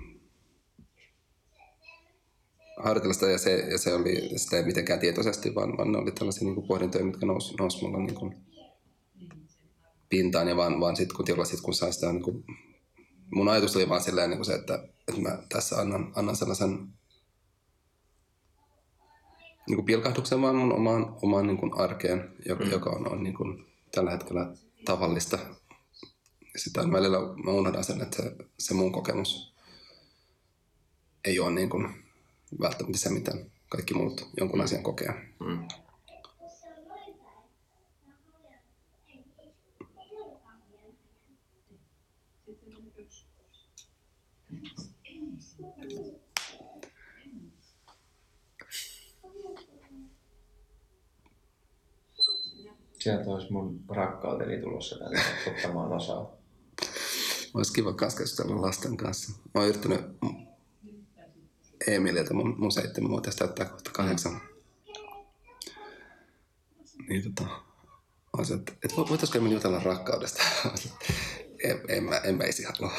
harjoitella sitä ja se, ja se oli sitä ei mitenkään tietoisesti, vaan, vaan ne oli tällaisia niin kuin pohdintoja, mitkä nousi, nousi mulla niin kuin pintaan ja vaan, vaan sitten kun, sit, kun sai sitä niin kuin, mun ajatus oli vaan silleen niin kuin se, että, että mä tässä annan, annan sellaisen niin kuin pilkahduksen vaan mun omaan, omaan niin kuin arkeen, joka, mm. joka on, on niin kuin tällä hetkellä tavallista. Sitten välillä mä unohdan sen, että se, se mun kokemus ei ole niin kuin välttämättä se, mitä kaikki muut jonkun asian kokee. Mm. Sieltä olisi mun rakkauteni tulossa tänne ottamaan osaa. Olisi kiva kanssa keskustella lasten kanssa. Mä oon yrittänyt Emililtä, mun, mun seitsemänvuotias täyttää kohta kahdeksan. Mm. Niin tota, olisi, että, että voitaisiko me jutella rakkaudesta? en, en, mä, en mä isi halua.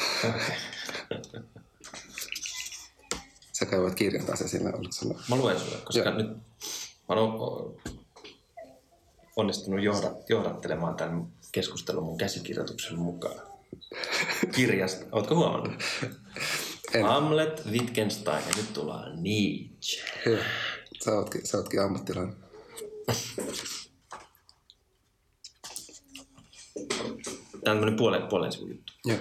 Sä kaivat kirjoittaa se sillä, oliko sulla? Mä luen sulle, koska Joo. nyt mä oon onnistunut johdat, johdattelemaan tämän keskustelun mun käsikirjoituksen mukaan. Kirjasta. Ootko huomannut? En. Hamlet, Wittgenstein ja nyt tullaan Nietzsche. Hyvä. Sä ootkin, sä ootkin ammattilainen. Tämä on tämmöinen puolen, puolen sivun juttu. Joo.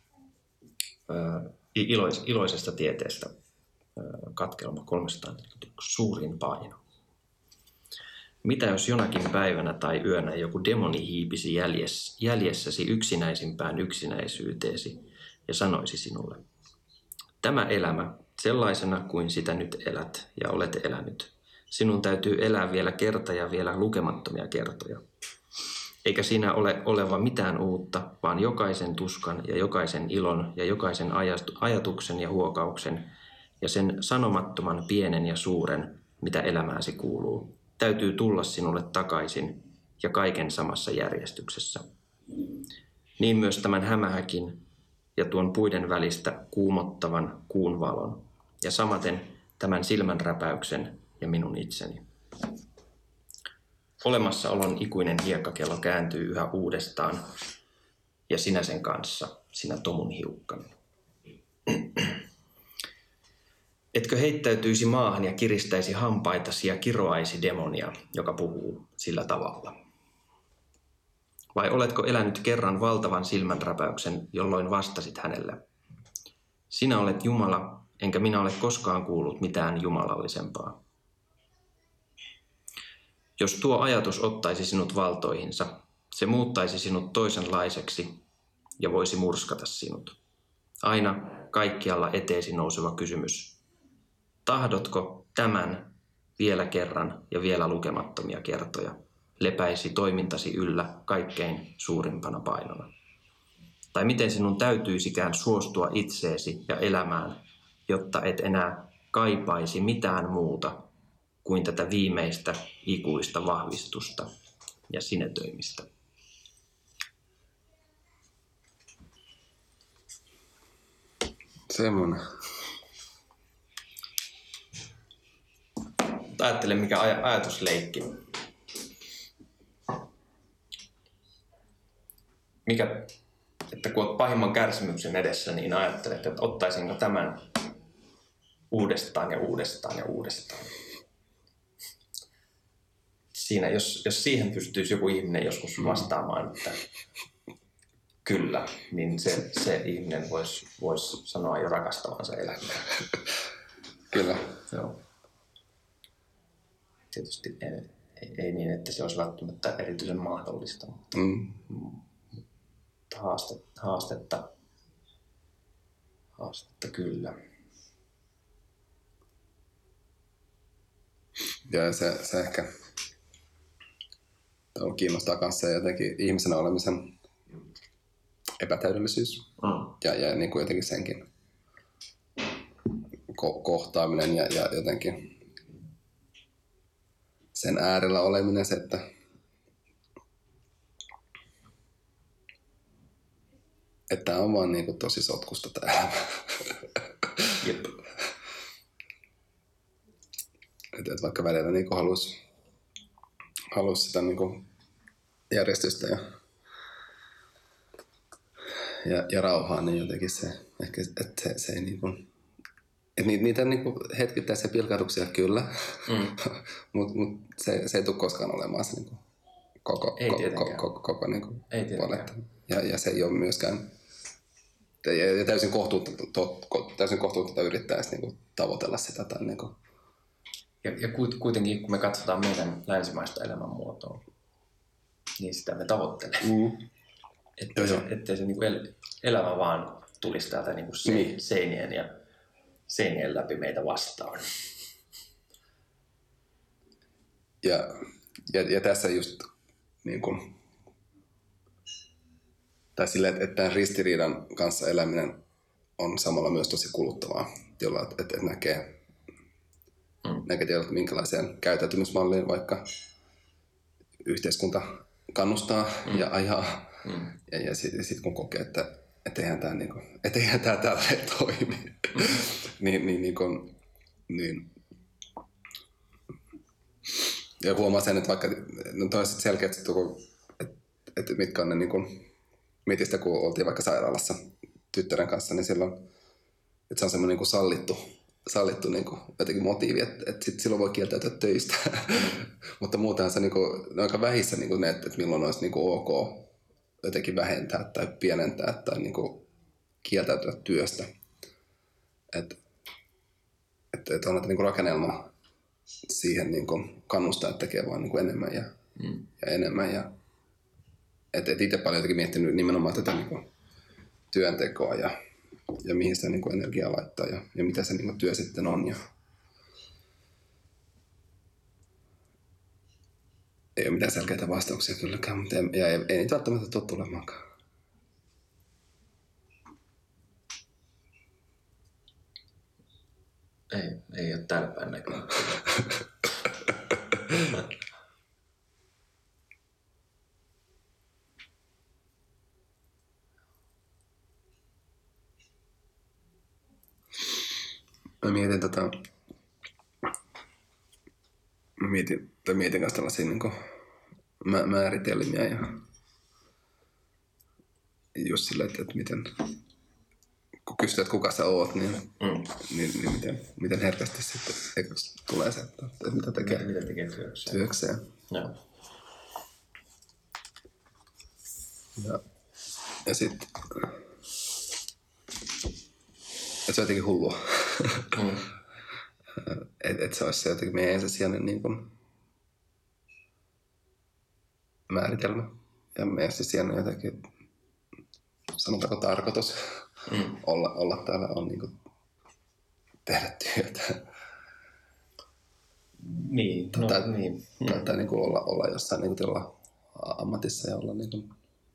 Ilois, iloisesta tieteestä katkelma kolmesataaneljäkymmentäyksi. Suurin paino. Mitä jos jonakin päivänä tai yönä joku demoni hiipisi jäljessä, jäljessäsi yksinäisimpään yksinäisyyteesi ja sanoisi sinulle, Tämä elämä, sellaisena kuin sitä nyt elät ja olet elänyt, sinun täytyy elää vielä kerta ja vielä lukemattomia kertoja. Eikä siinä ole oleva mitään uutta, vaan jokaisen tuskan ja jokaisen ilon ja jokaisen ajatuksen ja huokauksen ja sen sanomattoman pienen ja suuren, mitä elämääsi kuuluu, täytyy tulla sinulle takaisin ja kaiken samassa järjestyksessä. Niin myös tämän hämähäkin ja tuon puiden välistä kuumottavan kuun valon ja samaten tämän silmänräpäyksen ja minun itseni. Olemassaolon ikuinen hiekkakello kääntyy yhä uudestaan ja sinä sen kanssa, sinä tomun hiukkani. Etkö heittäytyisi maahan ja kiristäisi hampaitasi ja kiroaisi demonia, joka puhuu sillä tavalla? Vai oletko elänyt kerran valtavan silmänräpäyksen, jolloin vastasit hänelle? Sinä olet Jumala, enkä minä ole koskaan kuullut mitään jumalallisempaa. Jos tuo ajatus ottaisi sinut valtoihinsa, se muuttaisi sinut toisenlaiseksi ja voisi murskata sinut. Aina kaikkialla eteesi nouseva kysymys. Tahdotko tämän vielä kerran ja vielä lukemattomia kertoja? Lepäisi toimintasi yllä kaikkein suurimpana painona. Tai miten sinun täytyisikään suostua itseesi ja elämään, jotta et enää kaipaisi mitään muuta kuin tätä viimeistä ikuista vahvistusta ja sinetöimistä. Semmoinen. Ajattele, mikä aj- ajatusleikki. Mikä, että kun olet pahimman kärsimyksen edessä, niin ajattelet, että ottaisinko tämän uudestaan ja uudestaan ja uudestaan. Siinä, jos, jos siihen pystyisi joku ihminen joskus vastaamaan, että kyllä, niin se, se ihminen voisi vois sanoa jo rakastavansa elämää. Kyllä. Joo. Tietysti ei, ei, ei niin, että se olisi välttämättä erityisen mahdollista, mutta Mm. haastetta, haastetta, haastetta kyllä. Ja se, se ehkä on kiinnostaa kanssa jotenkin ihmisenä olemisen epätäydellisyys Mm. ja, ja niin kuin jotenkin senkin ko- kohtaaminen ja, ja jotenkin sen äärellä oleminen, se, että että on vaan niin kuin tosi sotkusta tämä elämä. Jep. Että et vaikka välillä niin haluaisi halus sitä niin kuin järjestystä ja, ja, ja rauhaa, niin jotenkin se, ehkä, että se, se ei niin kuin, että niitä niin kuin hetkittäisiä pilkahduksia kyllä, Mm. mutta mut se, se ei tule koskaan olemaan se niin kuin koko, Ei koko, tietenkään. koko, koko, koko niin kuin Ei tietenkään. ja, ja se ei ole myöskään ja, ja täysin kohtuutonta, to, täysin kohtuutonta yrittää niin kuin tavoitella sitä tai niin kuin. Ja, ja kuitenkin, kun me katsotaan meidän länsimaista elämänmuotoa, niin sitä me tavoittelemme. Mm. Ettei Joo, se, joo. ettei se niin kuin el, elämä vaan tulisi täältä niin kuin se, Niin. seinien ja seinien läpi meitä vastaan. Ja, ja, ja tässä just niin kuin, tai silleen, että, että tämän ristiriidan kanssa eläminen on samalla myös tosi kuluttavaa, jolla että, että näkee, Mm. näkee tietysti minkälaiseen käyttäytymismalliin vaikka yhteiskunta kannustaa Mm. ja ajaa. Mm. Ja, ja sitten sit kun kokee, että et eihän tämä niinku, et eihän tää tälleen toimi, Mm. niin, niin, niin, kun, niin ja huomaa sen, että vaikka no toi sit selkeästi, että et mitkä on ne niin kun, mietin sitä, kun oltiin vaikka sairaalassa tyttären kanssa, niin silloin, että se on semmoinen niin sallittu, sallittu niin kuin jotenkin motiivi, että, että sit silloin voi kieltäytyä töistä. Mutta muutenhan se niin kuin, ne on aika vähissä niin kuin ne, että milloin olisi niin kuin ok jotenkin vähentää tai pienentää tai niin kuin kieltäytyä työstä. Että et, et on että niin kuin rakennelma siihen niin kuin kannustaa, että tekee vaan niin kuin enemmän ja, Mm. ja enemmän. Ja, et, et itse paljon jotenkin miettinyt nimenomaan tätä niin kuin työntekoa ja ja mihin sitä niin kuin energiaa laittaa ja, ja mitä se niin kuin työ sitten on. Ja ei ole mitään selkeitä vastauksia kylläkään, mutta ei, ja ei, ei niitä välttämättä tule tulemaankaan. Ei, ei ole täällä päin näkynyt. Mä mietin tota... Mä mietin, tai mietin kanssa tällaisia niin kuin mä, määritelmiä ja just silleen, että, että miten... Kun kysyt, että kuka sä oot, niin, mm. niin, niin miten, miten herkästi sitten tulee se, että, että mitä tekee, mitä tekee työkseen. työkseen. Joo. Ja, ja sitten... Että se on jotenkin hullua. Mm. että et se olisi se jotenkin meidän ensisijainen niin kuin määritelmä. Ja meidän ensisijainen jotenkin, sanotaanko tarkoitus, mm. olla, olla täällä on niin kuin tehdä työtä. Niin, no tai, niin. Tai, tai niin kuin olla, olla jossain niin kuin ammatissa ja olla niin kuin...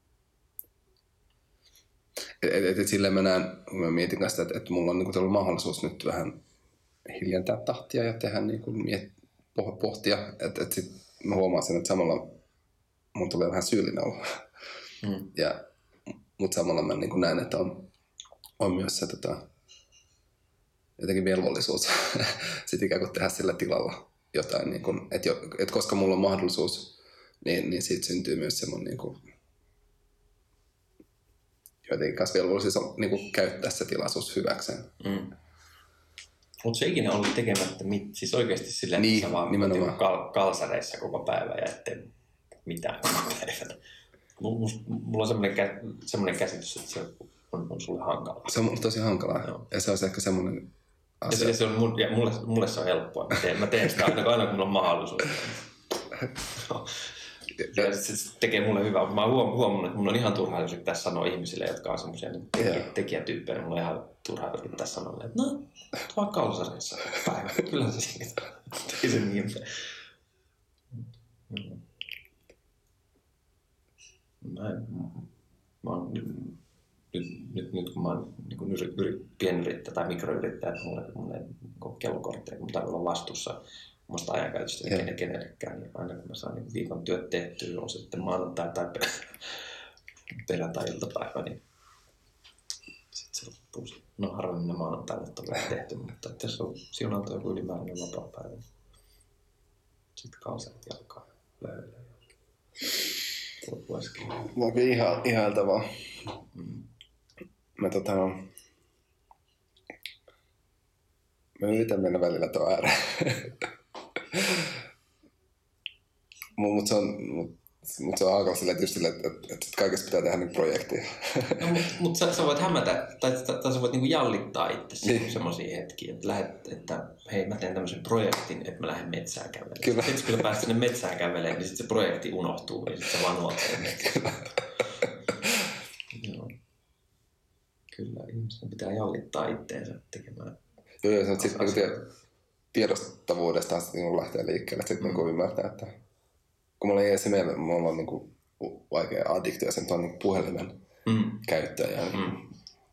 Et, et, et silleen mä näen, mä mietin kanssa, että, että mulla on niin kuin mahdollisuus nyt vähän hiljentää tahtia ja tehdä niin kuin miet, pohtia. Että et sit mä huomaan sen, että samalla mun tulee vähän syyllinen olo. Mm. Ja, mutta samalla mä niin kuin näen, että on, on myös se tota, jotenkin velvollisuus sit ikään kuin tehdä sillä tilalla jotain. Niin kuin, että jo, et koska mulla on mahdollisuus, niin, niin siitä syntyy myös semmoinen niin kuin jotenkin kanssa velvollisuus on niin kuin käyttää se tilaisuus hyväkseen. Mm. Mutta se ikinä ollut tekemättä, mit, siis oikeasti silleen, niin, että sä vaan kal- kalsareissa koko päivä ja ettei mitään koko päivänä. Mulla on semmoinen, kä- semmoinen käsitys, että se on, on sulle hankalaa. Se on tosi hankalaa. Joo. Ja se on ehkä semmoinen asia. Ja se on mun, ja mulle, mulle se on helppoa. Mä teen, mä teen sitä aina, aina kun mulla on mahdollisuus. Ja se tekee mulle hyvää. Mä oon huomannut, että mun on ihan turhaa yrittää sanoa ihmisille, jotka on semmoisia tekijä, tekijätyyppejä. Mulla on ihan turhaa yrittää sanoa, että no, tuo kalsareissa päivä. Kyllä se siitä. Ei se niin. Mä, mä oon nyt, nyt, nyt, nyt kun mä oon niin yri, yri, pienyrittäjä tai mikroyrittäjä, että mulla, mulla ei ole kellokortteja, kun pitää olla vastuussa omasta ajankäytöstä ja kenellekään, niin aina kun mä saan niin viikon työt tehtyä, on se sitten maanantai tai perjantai-iltapäivä, niin sitten se loppuu. No harvemmin ne maanantaille on vielä tehty, mutta jos on siunalta joku ylimääräinen vapaa-päivä, niin sitten kalsarit jalkaa löylyä. Mä oon kyllä iha, ihailtavaa. Mm. Mä tota... Mä yritän mennä välillä tuon ääreen. Mut se on... Mut, mut se on hankala silleen tietysti silleen, että, että, että kaikesta pitää tehdä niin projektia. No, mutta mut sä, sä voit hämätä, tai, tai, tai sä voit niinku jallittaa itsesi niin. Semmosia hetkiä, että lähet, että hei mä teen tämmöisen projektin, että mä lähden metsään kävelemään. Kyllä. Sitten kun sä pääset sinne metsään kävelemään, niin sit se projekti unohtuu, ja sit sä vaan nuot sen metsään. Joo. Kyllä, ihmisten pitää jallittaa itteensä tekemään. Joo, joo, sitten niinku tie, tiedostavuudestaan sitten niinku lähtee liikkeelle, että sitten mm. niinku ymmärtää, että kun mulla ei esimerkiksi, mulla on niinku vaikea addiktio sen tuon niinku puhelimen mm. käyttöön. Ja, mm.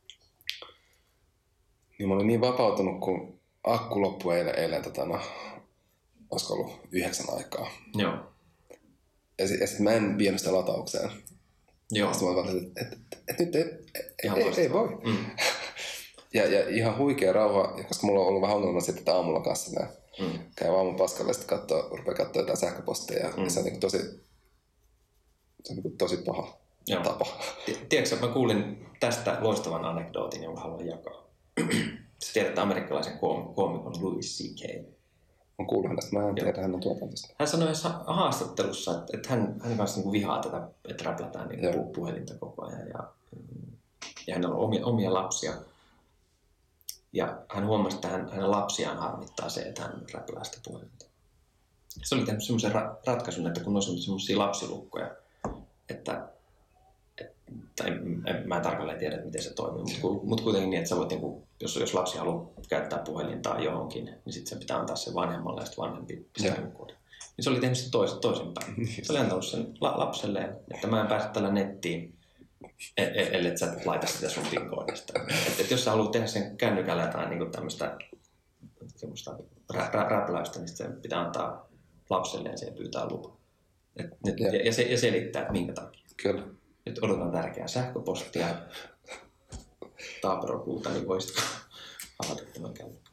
Niin mä olin niin vapautunut, kun akku loppui eilen, eilen tota, no, olisiko ollut yhdeksän aikaa. Joo. Ja, ja sitten mä en vienyt sitä lataukseen. Joo. Sitten mä olin, että et, et, et nyt ei, ei, ei, ei voi. Mm. ja, ja ihan huikea rauha, koska mulla on ollut vähän ongelma sitten, että aamulla kanssa mm. käy aamun paskalle ja sitten katsoo, rupeaa katsoa jotain sähköposteja. Mm. Ja se on niin tosi, se on niin tosi paha Joo. tapa. Tiedätkö, mä kuulin tästä loistavan anekdootin, jonka haluan jakaa. Sä tiedät amerikkalaisen koomikon Louis C K. Mä kuullut hänestä, mä en tiedä hänen tuotantosta. Hän sanoi haastattelussa, että, että hän, hän kanssa niin vihaa tätä, että räplätään niin puhelinta koko ajan. Ja, ja hänellä on omia, omia lapsia. Ja hän huomasi, että hän, hänen lapsiaan harmittaa se, että hän räplää sitä puhelinta. Se oli tehnyt semmoisen ra- ratkaisun, että kun on semmoisia lapsilukkoja, että, et, tai en, mä en tarkalleen tiedä, että miten se toimii, mutta mut kuitenkin niin, että sä voit, niin kuin, jos, jos lapsi haluaa käyttää puhelinta tai johonkin, niin sitten sen pitää antaa se vanhemmalle ja sitten vanhempi pistää nukuuden. Niin se oli tehnyt sitä tois, toisinpäin. Se oli antanut sen la, lapselleen, että mä en pääse tällä nettiin, ellei sä laita sitä sun pinkoodista. Että et jos sä haluat tehdä sen kännykällä jotain niin tämmöistä semmoista rä, rä, räpläystä, niin sen pitää antaa lapselleen ja pyytää lupa. Et, et, ja, ja, se, ja selittää, että minkä takia. Kyllä. Nyt odotan tärkeää sähköpostia. Taaperokulta, niin voisit avata tämän kännykän.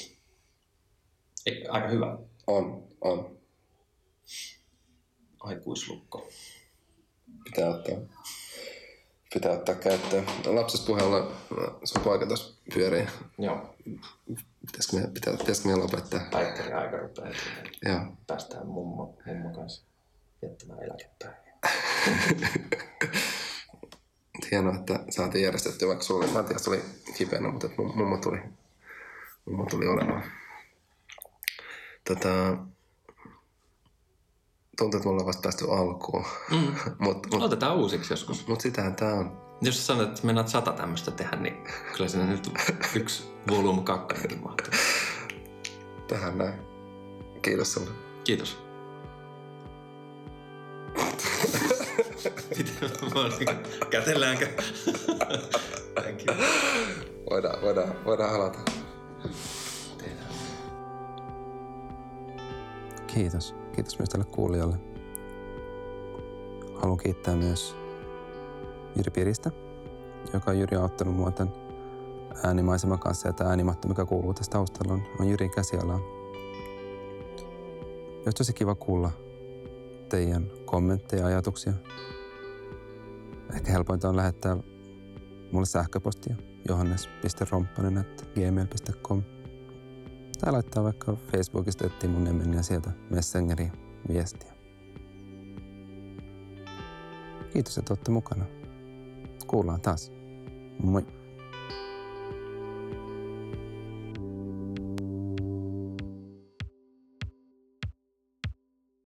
Aika hyvä. On, on. Aikuislukko. Pitää ottaa, pitää ottaa käyttöön. Lapsesta puheella sun poika tuossa pyörii. Joo. Pitäisikö meidän, pitä, pitäisikö meidän lopettaa? Päikkäri aika rupeaa. Joo. Päästään mummo, mummo kanssa jättämään eläkepäiviä. Hienoa, että saatiin järjestettyä, vaikka sulla oli, mä en tiedä, se oli kipeänä, mutta mummo tuli, mummo tuli olemaan. Tota, tuntuu, että me ollaan vasta päästy alkuun. Mm. mut, mut, Otetaan uusiksi joskus. Mutta sitähän tää on. Jos sä sanot, että meinaat sata tämmöistä tehdä, niin kyllä siinä nyt yksi volume kakkonenkin mahtuu. Tähän näin. Kiitos sulle. Kiitos. Kätelläänkö? Thank you. Voidaan, voidaan, voidaan halata. Tehdään. Kiitos. Kiitos myös tälle kuulijalle. Haluan kiittää myös Jyri Piristä, joka on Jyri auttanut mua tämän äänimaiseman kanssa. Ja tämä äänimatto, mikä kuuluu tästä taustalla, on, on Jyrin käsialaa. Olisi tosi kiva kuulla teidän kommentteja ja ajatuksia. Ehkä helpointa on lähettää mulle sähköpostia johannes piste romppanen ät gmail piste com tai laittaa vaikka Facebookista etsiä mun nimen ja sieltä Messengeriin viestiä. Kiitos, että olette mukana. Kuullaan taas. Moi!